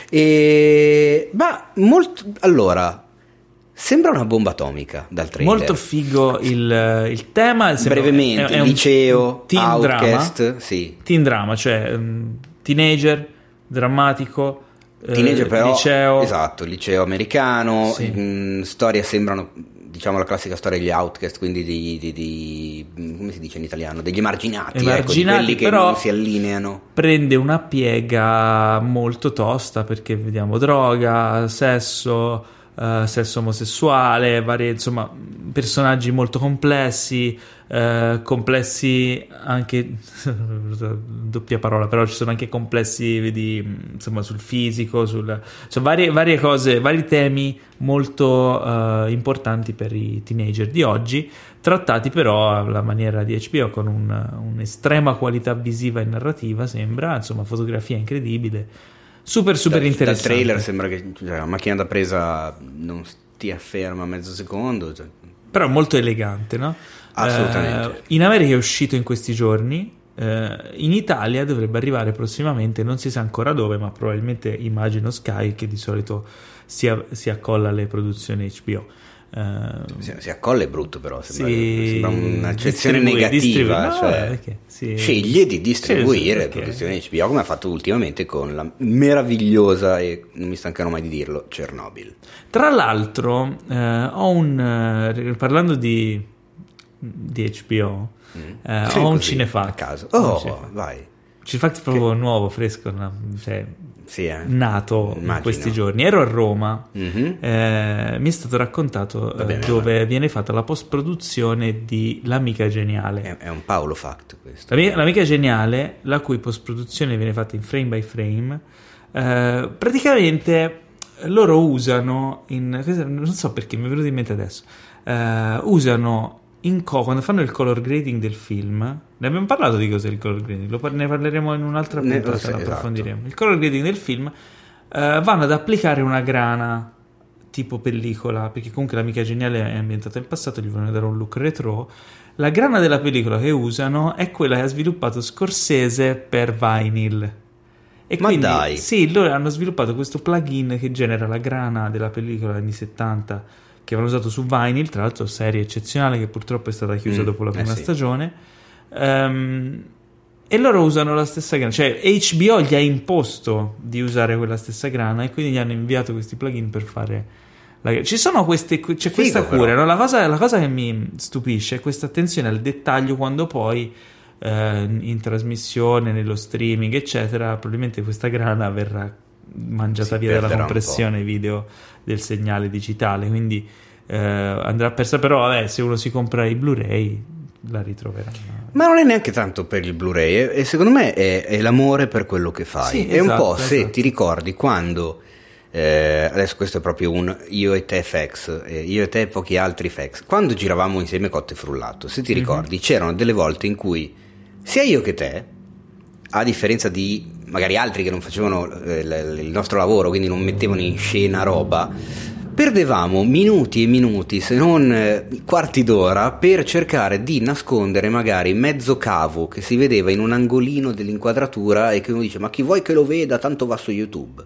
E... Ma molto... Allora, sembra una bomba atomica dal trailer. Molto figo il, il tema. sembra- Brevemente, è- è un liceo, teen Outcast, drama, sì. teen drama, cioè um, teenager, drammatico, eh, Teenager però, liceo. esatto, liceo americano, Sì. mh, storia sembrano, diciamo, la classica storia degli outcast, quindi di, di- di- come si dice in italiano, degli emarginati, ecco, di Emarginati, quelli che però- non si allineano. Prende una piega molto tosta perché vediamo droga, sesso, eh, sesso omosessuale, varie, insomma, personaggi molto complessi, eh, complessi anche doppia parola, però ci sono anche complessi, vedi, insomma, sul fisico, sul, cioè varie, varie cose, vari temi molto eh, importanti per i teenager di oggi, trattati però alla maniera di H B O con un- un'estrema qualità visiva e narrativa, sembra, insomma, fotografia incredibile, super super Dal- interessante. Dal trailer sembra che cioè, la macchina da presa non stia ferma mezzo secondo. Cioè. Però molto elegante, no? Assolutamente. Eh, in America è uscito in questi giorni, eh, in Italia dovrebbe arrivare prossimamente, non si sa ancora dove, ma probabilmente immagino Sky, che di solito si, a- si accolla alle produzioni H B O. Eh, Si, si accolla è brutto, però sembra, si sembra un'accezione distribui- negativa. distribui- no, cioè, perché si- sceglie di distribuire Sì, sì, le perché- produzioni H B O come ha fatto ultimamente con la meravigliosa, e non mi stancherò mai di dirlo, Chernobyl. Tra l'altro, eh, ho un eh, parlando di, di H B O, eh, Sì, ho un così, cinefax. a caso. Ho un Oh, cinefax. vai. Cinefax proprio nuovo, fresco, no? Cioè, Sì, eh. nato in Immagino. questi giorni. Ero a Roma, Mhm. eh, mi è stato raccontato eh, bene, dove viene fatta la post-produzione di L'Amica Geniale. È, è un Paolo Fact questo. L'Amica, L'Amica Geniale, la cui post-produzione viene fatta in frame by frame, eh, praticamente loro usano, in, non so perché mi è venuto in mente adesso, eh, usano in co- quando fanno il color grading del film, ne abbiamo parlato di cos'è il color grading, lo par- ne parleremo in un'altra Ne- puntata, sì, lo esatto. approfondiremo. Il color grading del film, eh, vanno ad applicare una grana tipo pellicola, perché comunque l'Amica Geniale è ambientata nel passato, gli vogliono dare un look retro. La grana della pellicola che usano è quella che ha sviluppato Scorsese per Vinyl. E Ma quindi, dai! sì, loro hanno sviluppato questo plugin che genera la grana della pellicola degli anni settanta che avevano usato su Vinyl, tra l'altro serie eccezionale che purtroppo è stata chiusa Mm, dopo la prima eh sì. stagione. Um, e loro usano la stessa grana, cioè H B O gli ha imposto di usare quella stessa grana e quindi gli hanno inviato questi plugin per fare la... ci sono queste, c'è Figo, questa cura, però. no? la, cosa, la cosa che mi stupisce è questa attenzione al dettaglio quando poi eh, in trasmissione, nello streaming eccetera, probabilmente questa grana verrà mangiata Si via dalla perderà un compressione video del segnale digitale, quindi eh, andrà persa, però vabbè, se uno si compra i Blu-ray la ritroverà. Ma non è neanche tanto per il Blu-ray, e e secondo me è, è l'amore per quello che fai. Sì, è un esatto, po' se esatto. ti ricordi quando eh, adesso questo è proprio un io e te fax, eh, io e te e pochi altri fax, quando giravamo insieme Cotte e Frullato, se ti ricordi, mm-hmm. c'erano delle volte in cui sia io che te, a differenza di magari altri che non facevano eh, l- il nostro lavoro, quindi non mettevano in scena roba, perdevamo minuti e minuti, se non eh, quarti d'ora, per cercare di nascondere magari mezzo cavo che si vedeva in un angolino dell'inquadratura e che uno dice: ma chi vuoi che lo veda, tanto va su YouTube.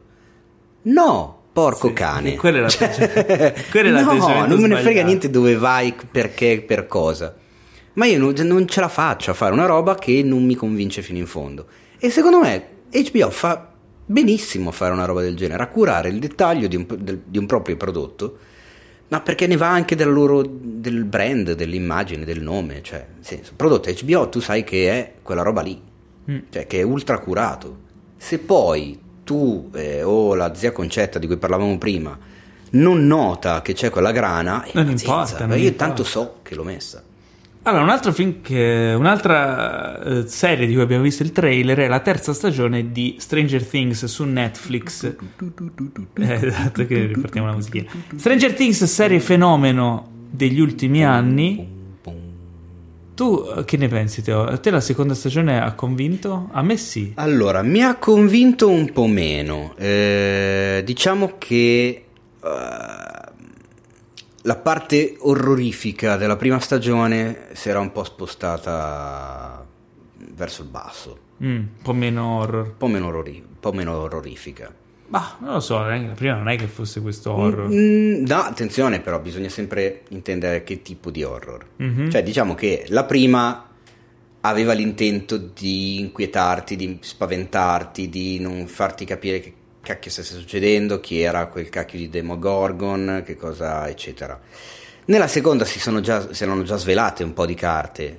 No, porco Sì, cane. quella è la Cioè, quella è no, l'atteggiamento non me ne frega sbagliato. niente dove vai, perché, per cosa. Ma io non, non ce la faccio a fare una roba che non mi convince fino in fondo. E secondo me H B O fa benissimo a fare una roba del genere, a curare il dettaglio di un, del, di un proprio prodotto, ma perché ne va anche del loro del brand, dell'immagine, del nome. Cioè, nel senso, prodotto H B O tu sai che è quella roba lì, mm. cioè che è ultra curato. Se poi tu eh, o la zia Concetta di cui parlavamo prima non nota che c'è quella grana, non eh, importa, pazienza, non io importa. tanto so che l'ho messa. Allora, un altro film che, un'altra eh, serie di cui abbiamo visto il trailer è la terza stagione di Stranger Things su Netflix. Eh, esatto, che riportiamo la musichina. Stranger Things, serie fenomeno degli ultimi anni. Tu eh, che ne pensi, Teo? A te la seconda stagione ha convinto? A me sì. Allora, mi ha convinto un po' meno. Eh, diciamo che uh, la parte orrorifica della prima stagione si era un po' spostata verso il basso. Mm, un po' meno horror. Un po' meno, orrori- un po' meno orrorifica. Ma non lo so, la prima non è che fosse questo horror. Mm, no, attenzione, però bisogna sempre intendere che tipo di horror. Mm-hmm. Cioè, diciamo che la prima aveva l'intento di inquietarti, di spaventarti, di non farti capire che cacchio stesse succedendo, chi era quel cacchio di Demogorgon, che cosa, eccetera. Nella seconda si sono già, si erano già svelate un po' di carte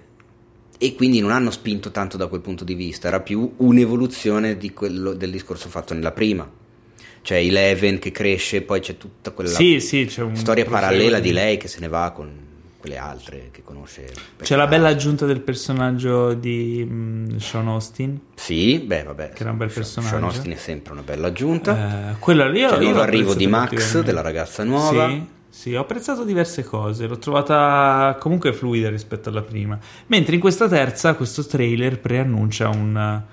e quindi non hanno spinto tanto da quel punto di vista, era più un'evoluzione di quello, del discorso fatto nella prima. Cioè Eleven che cresce, poi c'è tutta quella sì, sì, c'è un storia parallela di... di lei che se ne va con quelle altre che conosce. C'è la bella aggiunta del personaggio di um, Sean Austin. Sì, beh, vabbè. Che era un bel personaggio. Sean Austin è sempre una bella aggiunta. Eh, quella lì, c'è io l'arrivo di Max, della ragazza nuova. Sì, sì, ho apprezzato diverse cose. L'ho trovata comunque fluida rispetto alla prima. Mentre in questa terza, questo trailer preannuncia un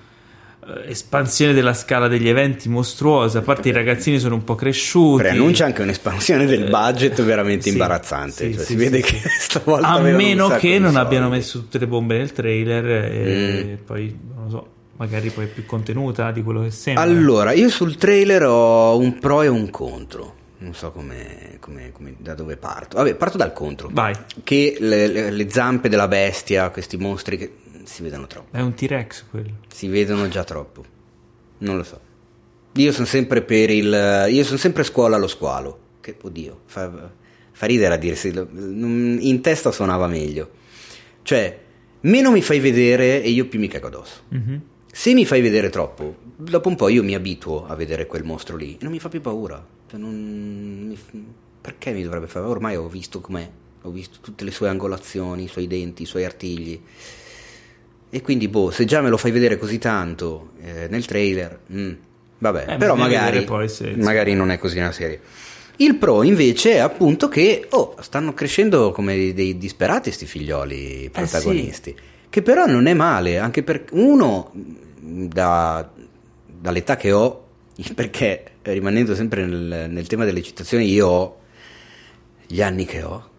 espansione della scala degli eventi mostruosa. A parte i ragazzini sono un po' cresciuti, preannuncia anche un'espansione del budget veramente sì, imbarazzante, sì, cioè, sì, si vede sì, che sì. stavolta a meno che non soldi. abbiano messo tutte le bombe nel trailer e mm. poi non lo so, magari poi è più contenuta di quello che sembra. Allora, io sul trailer ho un pro e un contro, non so come, come, come da dove parto. Vabbè, parto dal contro. Vai. Che le, le, le zampe della bestia, questi mostri che si vedono troppo. È un T-Rex quello. Si vedono già troppo. Non lo so. Io sono sempre per il io sono sempre scuola allo squalo, che oddio, fa, fa ridere a dirsi, in testa suonava meglio. Cioè, meno mi fai vedere e io più mi cago addosso. Mm-hmm. Se mi fai vedere troppo, dopo un po' io mi abituo a vedere quel mostro lì e non mi fa più paura. Cioè, non mi, perché mi dovrebbe fare? Ormai ho visto com'è, ho visto tutte le sue angolazioni, i suoi denti, i suoi artigli. E quindi, boh, se già me lo fai vedere così tanto eh, nel trailer, mm, vabbè, eh, però magari, poi se, magari non è così nella serie. Il pro invece è appunto che, oh, stanno crescendo come dei, dei disperati sti figlioli protagonisti, eh sì. Che però non è male, anche per uno, da, dall'età che ho, perché rimanendo sempre nel, nel tema delle citazioni, io ho gli anni che ho,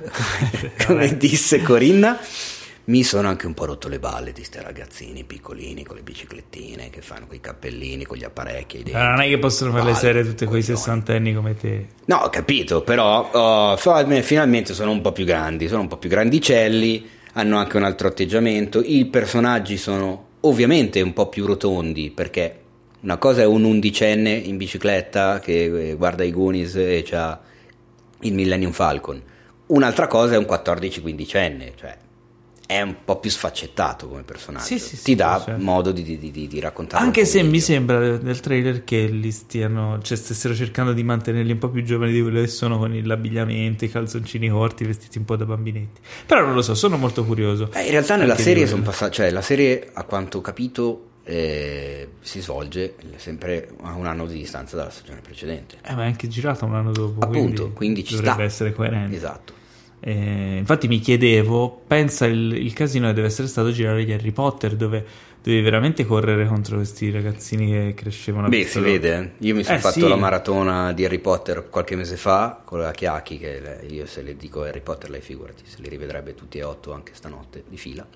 come disse Corinna, mi sono anche un po' rotto le balle di ste ragazzini piccolini con le biciclettine che fanno quei cappellini con gli apparecchi. Dentro. Non è che possono fare le serie tutte con i sessantenni come te. No, ho capito, però oh, finalmente sono un po' più grandi, sono un po' più grandicelli, hanno anche un altro atteggiamento. I personaggi sono ovviamente un po' più rotondi, perché una cosa è un undicenne in bicicletta che guarda i Goonies e c'ha il Millennium Falcon, un'altra cosa è un quattordici quindicenne, cioè è un po' più sfaccettato come personaggio, sì, sì, ti sì, dà certo. modo di, di, di, di raccontare. Anche se meglio. Mi sembra nel trailer che li stiano, cioè stessero cercando di mantenerli un po' più giovani di quello che sono, con l'abbigliamento, i calzoncini corti, vestiti un po' da bambinetti. Però non lo so, sono molto curioso. Eh, in realtà nella Anche serie sono passati, cioè la serie, a quanto ho capito, eh, si svolge sempre a un anno di distanza dalla stagione precedente. Eh, ma è anche girata un anno dopo, Appunto, quindi, quindi ci dovrebbe sta. essere coerente. Esatto. Eh, infatti mi chiedevo, pensa il, il casino che deve essere stato girare gli Harry Potter, dove dovevi veramente correre contro questi ragazzini che crescevano. Beh, si vede, eh. Io mi sono eh, fatto sì. la maratona di Harry Potter qualche mese fa con la Chiacchi, che le, io se le dico Harry Potter lei figurati, se li rivedrebbe tutti e otto anche stanotte di fila.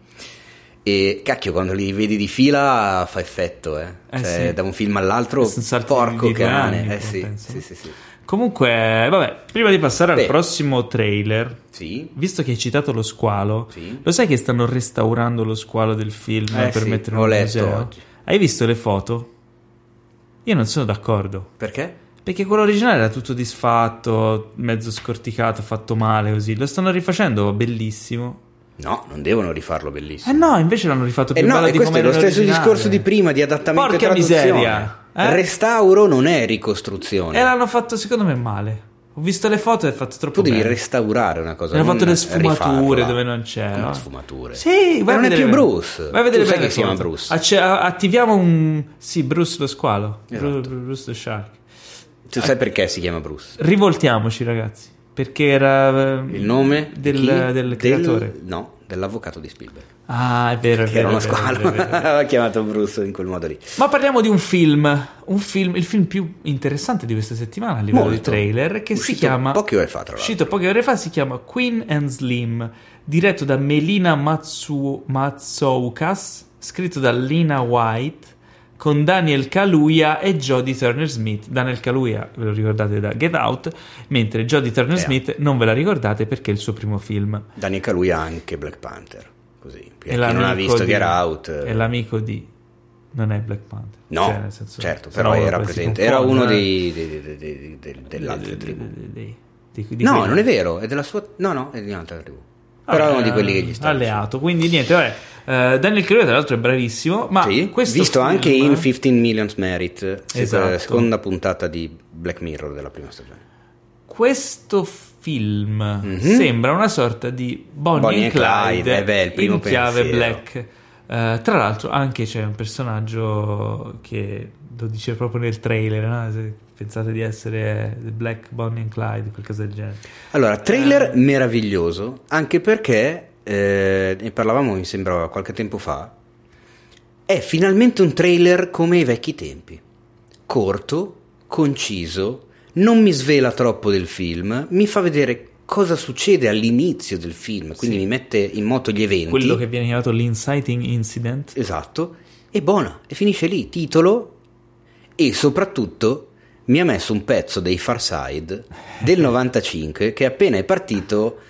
E cacchio, quando li vedi di fila fa effetto, eh, eh cioè, sì. da un film all'altro, porco di cane, anni, eh sì, penso. sì, sì, sì. Comunque, vabbè, prima di passare Beh. al prossimo trailer, Sì. visto che hai citato lo squalo, Sì. lo sai che stanno restaurando lo squalo del film Eh per sì, metterlo ho nel letto museo? oggi. Hai visto le foto? Io non sono d'accordo. Perché? Perché quello originale era tutto disfatto, mezzo scorticato, fatto male così. Lo stanno rifacendo bellissimo. No, non devono rifarlo bellissimo. Eh no, invece l'hanno rifatto più Eh no, bello e di questo è come lo era stesso l'originale. discorso di prima di adattamento Porca e traduzione. miseria, eh? Restauro non è ricostruzione. E l'hanno fatto secondo me male. Ho visto le foto e è fatto troppo Tu devi bene. restaurare una cosa. Hanno non fatto le sfumature rifarla. dove non c'è. Come no? sfumature? Sì, vai Ma a non è vedere più bene. Bruce. Vai a vedere Tu sai bene che si chiama foto. Bruce. Acce- attiviamo un sì, Bruce lo squalo. Esatto. Bru- Bruce the Shark. Tu sai perché si chiama Bruce? Rivoltiamoci, ragazzi, perché era eh, Il nome del, di chi? del creatore. Del, no, dell'avvocato di Spielberg. Ah, è vero, è Che vero. era uno è vero, squalo. è vero, è vero. Aveva chiamato Bruce in quel modo lì. Ma parliamo di un film, un film, il film più interessante di questa settimana a livello Molto. di trailer, che Uscito si chiama poche ore fa, tra l'altro. uscito poche ore fa, si chiama Queen and Slim, diretto da Melina Matsu, Matsoukas, scritto da Lena White, con Daniel Kaluuya e Jodie Turner-Smith. Daniel Kaluuya ve lo ricordate da Get Out, mentre Jodie Turner-Smith non ve la ricordate perché è il suo primo film. Daniel Kaluuya anche Black Panther. Così. Per È chi non ha l'amico visto di- Get Out. È l'amico di... non è Black Panther. No, Cioè, nel senso, certo, se però no era poi si presente. Era confonde, uno eh. dei, dei, dei, dei, dei, dell'altra tribù. Dei- dei- di No, quelli- non è vero, è della sua... No, no, è di un'altra tribù. Però è uno di quelli che gli sta alleato, quindi niente, vabbè. Eh, Daniel Kaluuya tra l'altro è bravissimo, ma Sì, questo visto film- anche in quindici Millions Merit, Esatto. seconda puntata di Black Mirror della prima stagione. questo film Mhm. sembra una sorta di Bonnie, Bonnie and and Clyde, Clyde, eh beh, il primo in chiave pensiero. black. Eh, tra l'altro anche c'è un personaggio che lo dice proprio nel trailer, no? Se pensate di essere The Black Bonnie and Clyde, qualcosa del genere. Allora, trailer Eh. meraviglioso, anche perché eh, ne parlavamo mi sembra qualche tempo fa, è finalmente un trailer come i vecchi tempi, corto, conciso, non mi svela troppo del film, mi fa vedere cosa succede all'inizio del film, quindi Sì. mi mette in moto gli eventi. Quello che viene chiamato l'inciting incident. Esatto, e buona, e finisce lì, titolo, e soprattutto mi ha messo un pezzo dei Far Side del novantacinque che appena è partito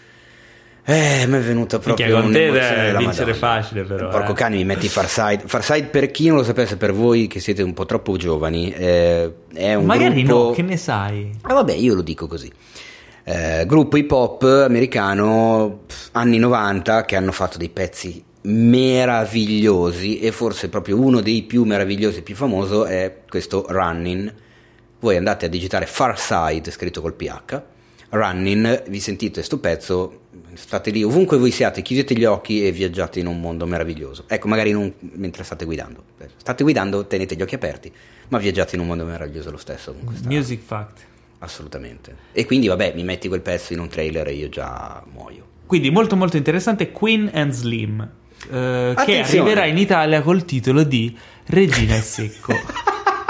eh, mi è venuta proprio Minchia, con te un'emozione deve della vincere Madonna. facile, però, Porco eh. cane, mi metti Far Side. Far Side, per chi non lo sapesse, per voi che siete un po' troppo giovani, eh, è un Magari gruppo... no, che ne sai? Ah, vabbè, io lo dico così. Eh, gruppo hip hop americano pff, anni novanta che hanno fatto dei pezzi meravigliosi, e forse proprio uno dei più meravigliosi e più famoso è questo Runnin'. Voi andate a digitare Far Side scritto col P H, Runnin', vi sentite sto pezzo, state lì ovunque voi siate, chiudete gli occhi e viaggiate in un mondo meraviglioso. Ecco, magari non mentre state guidando, state guidando, tenete gli occhi aperti, ma viaggiate in un mondo meraviglioso lo stesso con questa... Music fact. Assolutamente. E quindi vabbè, mi metti quel pezzo in un trailer e io già muoio. Quindi molto molto interessante, Queen and Slim, eh, che Attenzione. arriverà in Italia col titolo di Regina e Secco.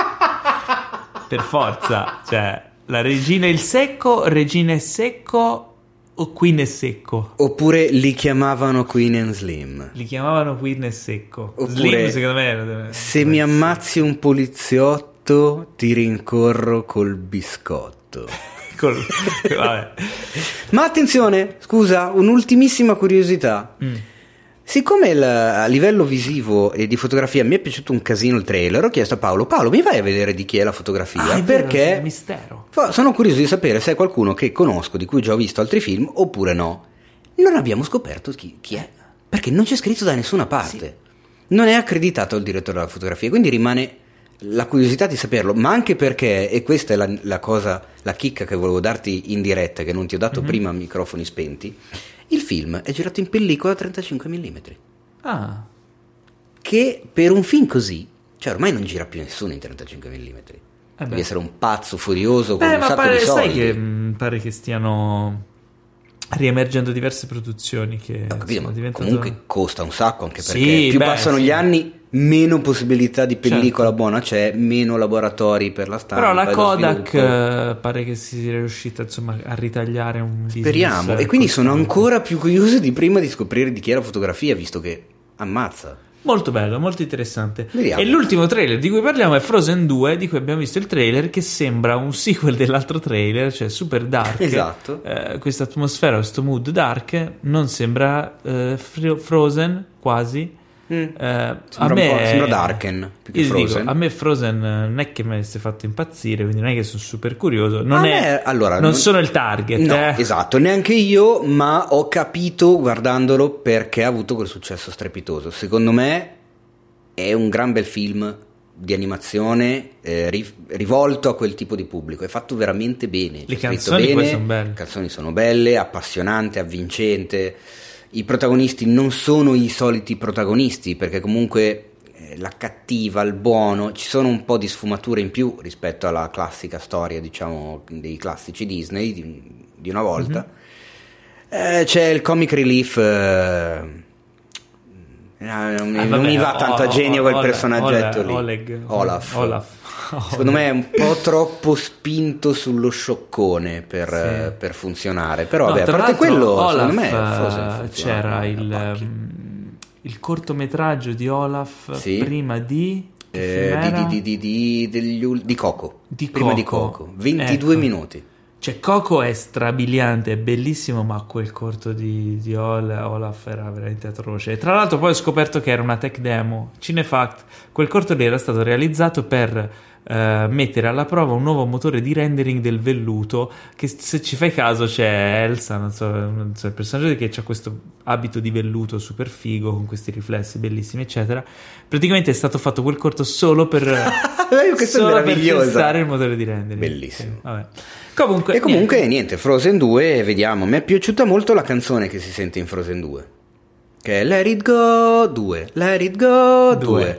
Per forza, cioè la Regina e il Secco, Regina e Secco o Queen e Secco? Oppure li chiamavano Queen and Slim. Li chiamavano Queen e Secco. Oppure, Slim secondo me era... se mi ammazzi un poliziotto ti rincorro col biscotto. Col... Vabbè. Ma attenzione, scusa, un'ultimissima curiosità. Mm. Siccome il, a livello visivo e di fotografia mi è piaciuto un casino il trailer, ho chiesto a Paolo: Paolo, mi vai a vedere di chi è la fotografia? Ah, è perché vero, è un mistero. Sono curioso di sapere se è qualcuno che conosco, di cui già ho visto altri film, oppure no. Non abbiamo scoperto chi, chi è, perché non c'è scritto da nessuna parte. Sì. Non è accreditato il direttore della fotografia, quindi rimane la curiosità di saperlo, ma anche perché, e questa è la, la cosa, la chicca che volevo darti in diretta, che non ti ho dato mm-hmm. prima a microfoni spenti. Il film è girato in pellicola a trentacinque millimetri. Ah. Che per un film così, cioè ormai non gira più nessuno in trentacinque millimetri. Eh Devi essere un pazzo furioso con eh, un ma sacco pare, di soldi. sai che mh, pare che stiano riemergendo diverse produzioni che no, capito, ma diventato... comunque costa un sacco, anche perché sì, più beh, passano sì. gli anni, meno possibilità di pellicola certo. buona c'è, meno laboratori per la stampa. Però la e Kodak eh, pare che sia riuscita insomma a ritagliare un business. Speriamo, e quindi sono ancora più curioso di prima di scoprire di chi è la fotografia, visto che ammazza. Molto bello, molto interessante. Vediamo. E l'ultimo trailer di cui parliamo è Frozen due, di cui abbiamo visto il trailer, che sembra un sequel dell'altro trailer, cioè super dark. Esatto. Eh, questa atmosfera, questo mood dark non sembra eh, Frozen quasi. Mm. Eh, sembra, a me, un po', sembra Darken più che Frozen. Dico, a me Frozen non è che mi avesse fatto impazzire, quindi non è che sono super curioso. Non, è, me, allora, non, non sono il target. No, eh. esatto, neanche io, ma ho capito guardandolo perché ha avuto quel successo strepitoso. Secondo me è un gran bel film di animazione eh, rivolto a quel tipo di pubblico. È fatto veramente bene. Le canzoni bene, poi sono belle. Le canzoni sono belle, appassionante, avvincente. I protagonisti non sono i soliti protagonisti, perché comunque eh, la cattiva, il buono, ci sono un po' di sfumature in più rispetto alla classica storia, diciamo, dei classici Disney di, di una volta. Mm-hmm. Eh, c'è il comic relief. Eh, non, mi, ah, non mi va tanto a genio quel personaggetto lì. Oleg, Olaf. Olaf. Secondo me è un po' troppo spinto sullo scioccone per, sì. eh, per funzionare. Però no, vabbè, a parte quello, Olaf, secondo me Frozen c'era il, um, il cortometraggio di Olaf sì. prima di eh, di, di, di, di, degli, di Coco. Di prima Coco. di Coco. ventidue ecco. minuti. Cioè Coco è strabiliante, è bellissimo, ma quel corto di, di Olaf era veramente atroce. E tra l'altro poi ho scoperto che era una tech demo. Cinefact, quel corto lì era stato realizzato per eh, mettere alla prova un nuovo motore di rendering del velluto, che se ci fai caso c'è Elsa, non so, non so il personaggio che ha questo abito di velluto super figo con questi riflessi bellissimi eccetera. Praticamente è stato fatto quel corto solo per solo per testare il motore di rendering. Bellissimo. Sì, vabbè. Comunque, e comunque niente. niente, Frozen due, vediamo. Mi è piaciuta molto la canzone che si sente in Frozen due, che è Let It Go due, Let It Go due.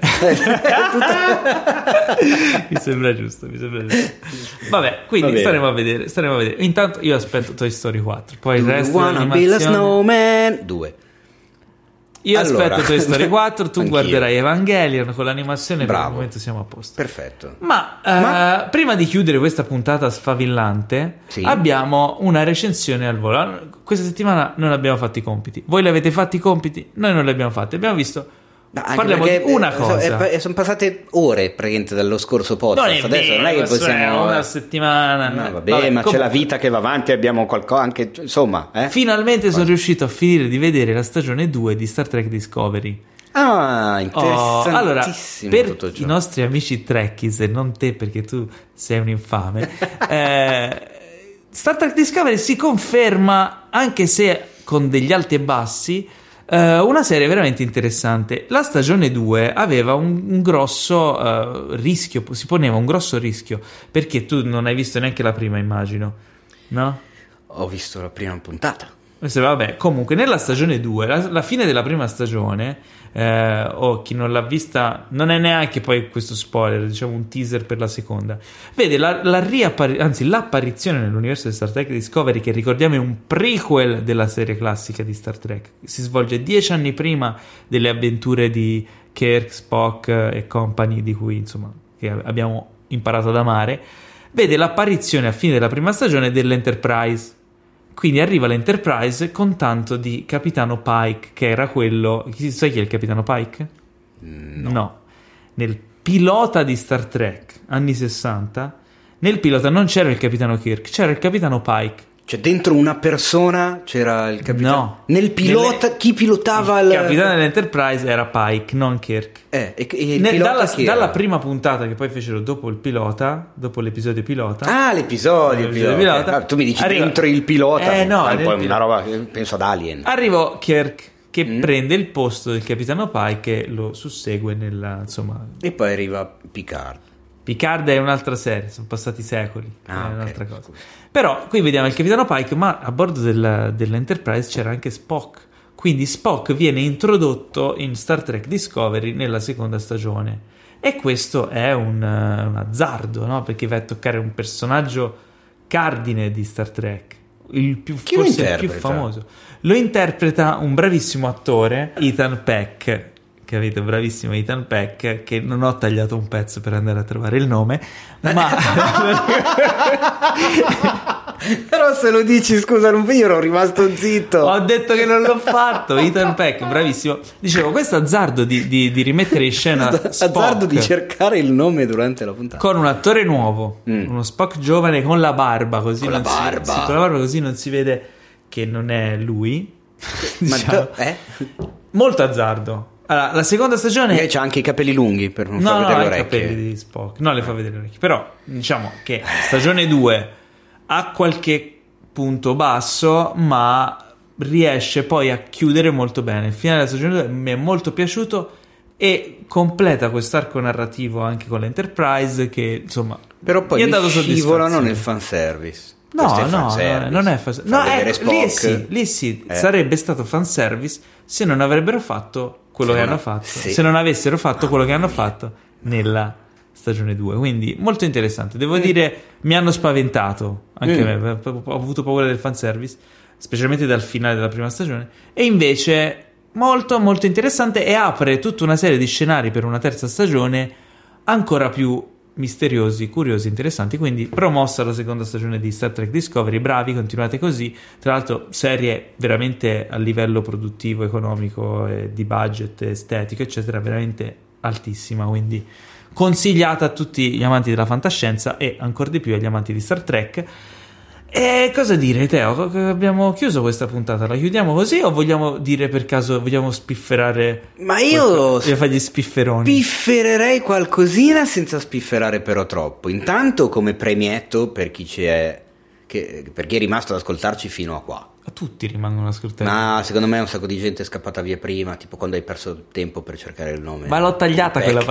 Mi sembra giusto, mi sembra giusto. Vabbè, quindi staremo a vedere, staremo a vedere. Intanto io aspetto Toy Story quattro, poi il resto Wanna Be a Snowman due. Io allora, aspetto Toy Story quattro, tu anch'io. Guarderai Evangelion con l'animazione. Bravo. Per il momento siamo a posto. Perfetto. Ma, Ma... Uh, prima di chiudere questa puntata sfavillante, sì. abbiamo una recensione al volo. Questa settimana non abbiamo fatto i compiti. Voi li avete fatti i compiti? Noi non li abbiamo fatti. Abbiamo visto... No, parliamo di una cosa. È, è, sono passate ore praticamente dallo scorso podcast. Non è Adesso vero, non è che possiamo una settimana. No, vabbè, vabbè, ma comunque... c'è la vita che va avanti, abbiamo qualcosa anche, insomma, eh? Finalmente Cosa? sono riuscito a finire di vedere la stagione due di Star Trek Discovery. Ah, interessantissimo. Oh, allora, per tutto ciò. I nostri amici Trekkies, e non te perché tu sei un infame, eh, Star Trek Discovery si conferma, anche se con degli alti e bassi, Uh, una serie veramente interessante. La stagione due aveva un, un grosso uh, rischio, si poneva un grosso rischio, perché tu non hai visto neanche la prima, immagino, no? Ho visto la prima puntata. Vabbè, comunque nella stagione due, la, la fine della prima stagione, eh, o chi non l'ha vista, non è neanche poi questo spoiler, diciamo un teaser per la seconda, vede la, la riappari- anzi l'apparizione nell'universo di Star Trek Discovery, che ricordiamo è un prequel della serie classica di Star Trek, si svolge dieci anni prima delle avventure di Kirk, Spock e compagni, di cui insomma che abbiamo imparato ad amare. Vede l'apparizione a fine della prima stagione dell'Enterprise. Quindi arriva l'Enterprise con tanto di Capitano Pike, che era quello... Sai chi è il Capitano Pike? No. No. Nel pilota di Star Trek, anni sessanta, nel pilota non c'era il Capitano Kirk, c'era il Capitano Pike. Cioè dentro una persona c'era il capitano? No. Nel pilota, Nelle... chi pilotava il... il... Il capitano dell'Enterprise era Pike, non Kirk. Eh, e, e il Ne, pilota dalla, chi era? dalla prima puntata che poi fecero dopo il pilota, dopo l'episodio pilota. Ah, l'episodio, l'episodio pilota. pilota. Ah, tu mi dici Arriva... dentro il pilota. Eh no, fai nel poi pilota. una roba, penso ad Alien. Arrivò Kirk che Mm. prende il posto del capitano Pike e lo sussegue nella, insomma... E poi arriva Picard. Picard è un'altra serie, sono passati secoli, Ah, è ok, un'altra cosa. scusa. Però qui vediamo il capitano Pike, ma a bordo del, dell'Enterprise c'era anche Spock. Quindi Spock viene introdotto in Star Trek Discovery nella seconda stagione. E questo è un, un azzardo, no? Perché va a toccare un personaggio cardine di Star Trek. Il più, Chi lo forse il più interpreta? famoso. Lo interpreta un bravissimo attore, Ethan Peck. Capito? Bravissimo Ethan Peck, che non ho tagliato un pezzo per andare a trovare il nome, ma Però se lo dici, scusa, non io ero rimasto zitto. ho detto che non l'ho fatto. Ethan Peck, bravissimo. Dicevo, questo azzardo di, di, di rimettere in scena Spock Azzardo di cercare il nome durante la puntata. con un attore nuovo, Mm. uno Spock giovane con la barba, così Con la non si- barba. sì, con la barba così non si vede che non è lui. Ma Diciamo. eh? Molto azzardo. Allora, la seconda stagione Magari c'ha anche i capelli lunghi per non no, far no, vedere ha le i orecchie. capelli di Spock, no, le fa vedere le orecchie. Però diciamo che stagione due ha qualche punto basso, ma riesce poi a chiudere molto bene. Il finale della stagione due mi è molto piaciuto e completa quest'arco narrativo anche con l'Enterprise, che insomma Però poi mi ha dato scivolano soddisfazione. nel fanservice. No, Questo è no, fanservice. no, non è fan... Fa no, vedere ecco, Spock. lì sì, lì sì, Eh. sarebbe stato fanservice se non avrebbero fatto quello Se che non- hanno fatto, sì. se non avessero fatto Mamma quello che hanno mia. fatto nella stagione due. Quindi molto interessante. Devo Mm. dire, mi hanno spaventato anche Mm. me, ho avuto paura del fanservice, specialmente dal finale della prima stagione, e invece molto molto interessante, e apre tutta una serie di scenari per una terza stagione ancora più misteriosi, curiosi, interessanti. Quindi promossa la seconda stagione di Star Trek Discovery. Bravi, continuate così. Tra l'altro serie veramente a livello produttivo, economico, e di budget, estetico eccetera, veramente altissima, quindi consigliata a tutti gli amanti della fantascienza e ancora di più agli amanti di Star Trek. E cosa dire, Teo? Abbiamo chiuso questa puntata, la chiudiamo così o vogliamo dire per caso, vogliamo spifferare? Ma io Voglio fare gli spifferoni. spiffererei qualcosina senza spifferare però troppo. Intanto come premietto per chi ci è, che, per chi è rimasto ad ascoltarci fino a qua. A tutti rimangono ascoltati. Ma secondo me un sacco di gente è scappata via prima, tipo quando hai perso tempo per cercare il nome. Ma l'ho tagliata Peck. quella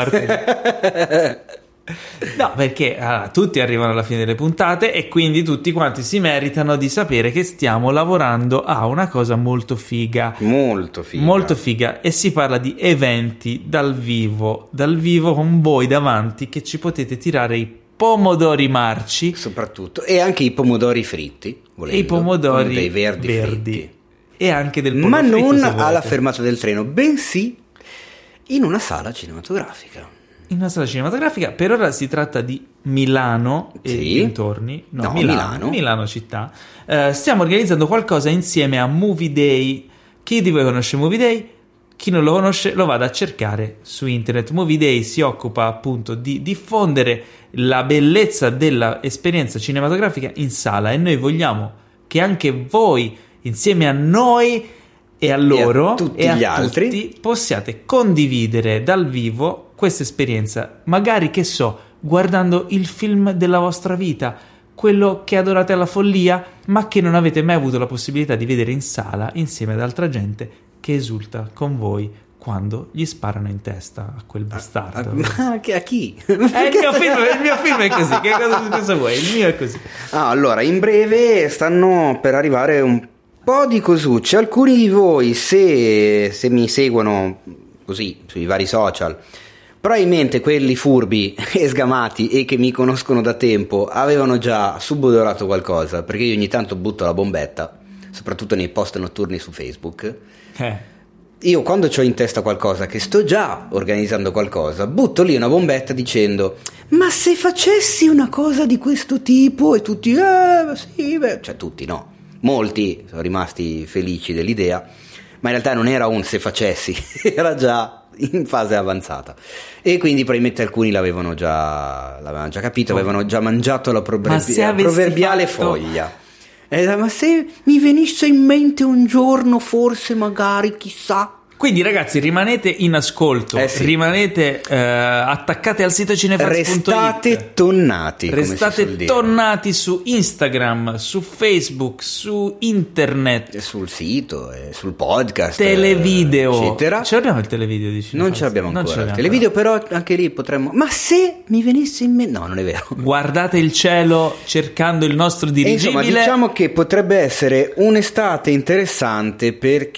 parte. No, perché ah, tutti arrivano alla fine delle puntate e quindi tutti quanti si meritano di sapere che stiamo lavorando a una cosa molto figa. Molto figa. Molto figa, e si parla di eventi dal vivo, dal vivo con voi davanti, che ci potete tirare i pomodori marci Soprattutto. E anche i pomodori fritti, volendo. e i pomodori dei verdi, verdi. fritti. E anche del pollo Ma fritto, non se alla volete. fermata del treno, bensì in una sala cinematografica. In una sala cinematografica. Per ora si tratta di Milano e Sì. dintorni. No, No, Milano, Milano. Milano città. Eh, stiamo organizzando qualcosa insieme a Movie Day. Chi di voi conosce Movie Day? Chi non lo conosce lo vada a cercare su internet. Movie Day si occupa appunto di diffondere la bellezza dell'esperienza cinematografica in sala, e noi vogliamo che anche voi, insieme a noi e a loro a tutti e a gli altri, tutti, possiate condividere dal vivo questa esperienza, magari, che so, guardando il film della vostra vita, quello che adorate alla follia, ma che non avete mai avuto la possibilità di vedere in sala insieme ad altra gente che esulta con voi quando gli sparano in testa a quel bastardo. Ma che- a chi? Eh, il mio film, il mio film è così. Che cosa, cosa vuoi? Il mio è così. Ah, allora, in breve stanno per arrivare un po' di cosucce. Alcuni di voi, se, se mi seguono così sui vari social, probabilmente quelli furbi e sgamati e che mi conoscono da tempo avevano già subodorato qualcosa, perché io ogni tanto butto la bombetta, soprattutto nei post notturni su Facebook. Eh. Io quando ho in testa qualcosa, che sto già organizzando qualcosa, butto lì una bombetta dicendo: ma se facessi una cosa di questo tipo? E tutti, eh sì, beh, cioè tutti no, molti sono rimasti felici dell'idea, ma in realtà non era un se facessi, era già in fase avanzata, e quindi probabilmente alcuni l'avevano già, l'avevano già capito, avevano già mangiato la proverbi- la proverbiale fatto... foglia. Eh, ma se mi venisse in mente un giorno, forse, magari, chissà. Quindi ragazzi, rimanete in ascolto, eh sì. rimanete eh, attaccate al sito cinefax punto it. Restate tonnati, restate come si tonnati su Instagram, su Facebook, su internet, e sul sito, e sul podcast, televideo, eccetera. Ce l'abbiamo il televideo di Cinefax? Non ce l'abbiamo ancora. Non ce l'abbiamo il televideo, però anche lì potremmo. Ma se mi venisse in mente, no, non è vero. Guardate il cielo cercando il nostro dirigibile. E insomma, diciamo che potrebbe essere un'estate interessante per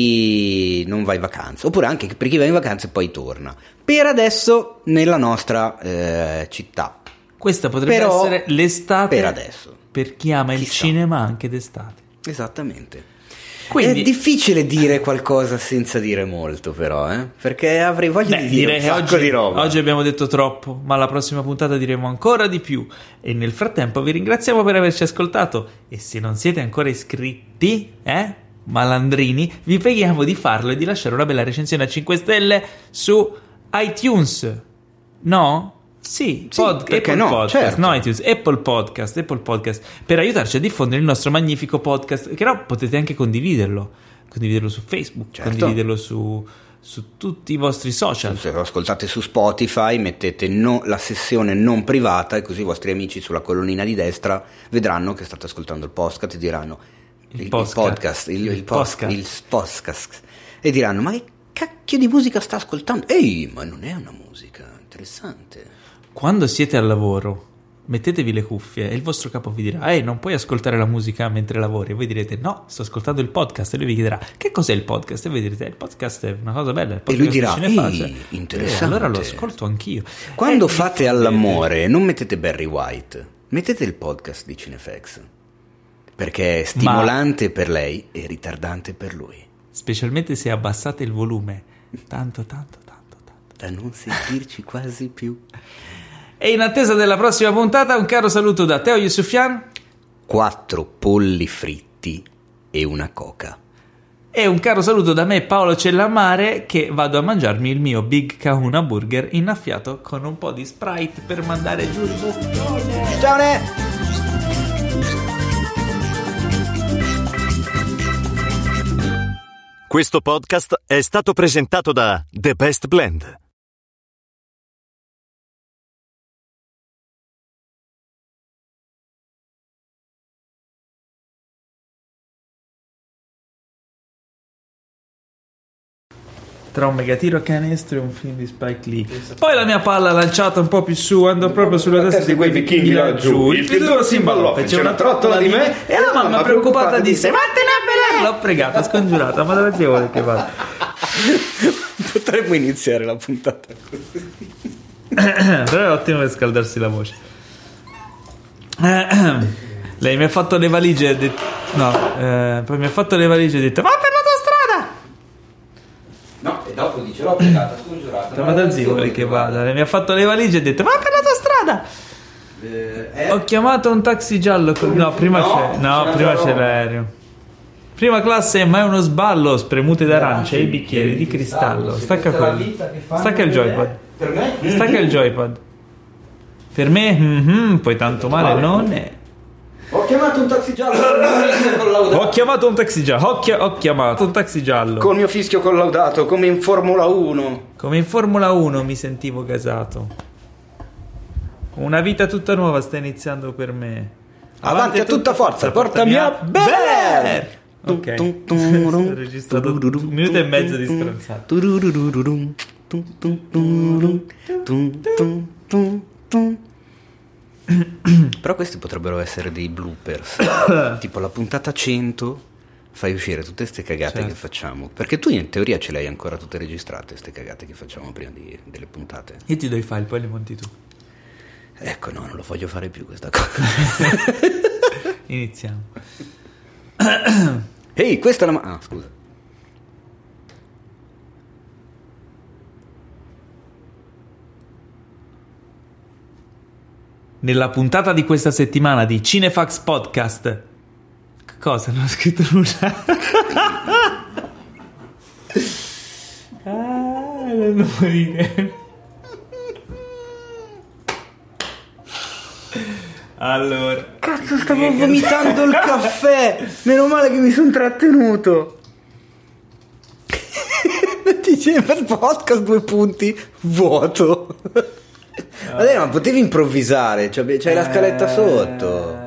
chi non va in vacanza, oppure anche per chi va in vacanza e poi torna. Per adesso nella nostra eh, città. Questa potrebbe Però, essere l'estate per adesso. Per chi ama Chissà. il cinema anche d'estate. Esattamente. Quindi, è difficile dire qualcosa senza dire molto, però, eh? Perché avrei voglia beh, di dire un che sacco oggi, di roba. Oggi abbiamo detto troppo, ma la prossima puntata diremo ancora di più. E nel frattempo vi ringraziamo per averci ascoltato. E se non siete ancora iscritti, eh? malandrini, vi preghiamo di farlo e di lasciare una bella recensione a cinque stelle su iTunes. No? Sì, Sì, pod- perché Apple no, Podcast, certo. no iTunes, Apple Podcast, Apple Podcast, per aiutarci a diffondere il nostro magnifico podcast, che però potete anche condividerlo, condividerlo su Facebook, Certo. condividerlo su, su tutti i vostri social. Se lo ascoltate su Spotify, mettete no, la sessione non privata, e così i vostri amici sulla colonnina di destra vedranno che state ascoltando il podcast e diranno Il il, podcast. il podcast, il, il, Il post- podcast. il podcast, e diranno: ma che cacchio di musica sta ascoltando? Ehi, ma non è una musica interessante. Quando siete al lavoro, mettetevi le cuffie e il vostro capo vi dirà: ehi, non puoi ascoltare la musica mentre lavori. E voi direte: no, sto ascoltando il podcast. E lui vi chiederà: che cos'è il podcast? E voi direte: il podcast è una cosa bella. Il E lui podcast dirà: di Cinefax. ehi, interessante. Eh, allora lo ascolto anch'io. Quando Eh, fate mi- all'amore, non mettete Barry White, mettete il podcast di Cinefax, perché è stimolante per lei e ritardante per lui, Specialmente se abbassate il volume. Tanto, tanto, tanto, tanto. da non sentirci quasi più. E in attesa della prossima puntata, un caro saluto da Teo Yusufian Quattro polli fritti e una coca. e un caro saluto da me, Paolo Cellamare, che vado a mangiarmi il mio Big Kahuna Burger innaffiato con un po' di Sprite per mandare giù il boccone. Ciao Ne! Questo podcast è stato presentato da The Best Blend. Tra un megatiro a canestro e un film di Spike Lee. Poi la mia palla lanciata un po' più su, andò proprio sulla testa di quei vichinghi laggiù. Il più duro si imballò, fece una trottola di me e la mamma preoccupata disse: vattene a Belè! L'ho pregata, scongiurata, ma dove vuole che vada? Potremmo iniziare la puntata così. Però è ottimo per scaldarsi la voce. Lei mi ha fatto le valigie e ha detto... No, eh, poi mi ha fatto le valigie e ha detto: va per l'autostrada! No, e dopo dice: l'ho pregata, scongiurata. Ma da zio vuole che vada. Lei mi ha fatto le valigie e ha detto: va per l'autostrada! Eh, Ho chiamato un taxi giallo con... No, prima No, c'è, no, c'era prima già c'è roba. l'aereo. Prima classe, ma è uno sballo. Spremute d'arancia e i bicchieri di cristallo. Stacca quello. Stacca il joypad. Per me? Stacca il joypad. Per me, mhm, poi tanto male non è. Ho chiamato un taxi giallo con il mio fischio collaudato. Ho chiamato un taxi giallo. Ho, chi- ho chiamato un taxi giallo. Col mio fischio collaudato, come in Formula uno. Come in Formula uno mi sentivo gasato. Una vita tutta nuova sta iniziando per me. Avanti a tutta forza, portami a Bel Air. Ok. Ho registrato un minuto e mezzo di stronzata. Però questi potrebbero essere dei bloopers. Tipo la puntata cento fai uscire tutte queste cagate Certo. che facciamo. Perché tu in teoria ce le hai ancora tutte registrate, queste cagate che facciamo prima di- delle puntate. Io ti do i file, poi li monti tu. Ecco, no, non lo voglio fare più questa cosa. Iniziamo. Ehi, questa è la... Ma- ah, scusa. Nella puntata di questa settimana di Cinefax Podcast. Cosa? Non ho scritto nulla. Ah, non morire. Allora, cazzo, stavo vomitando il caffè. Meno male che mi sono trattenuto. Dice per podcast due punti vuoto. Vabbè, ma potevi improvvisare, cioè, c'hai la scaletta sotto.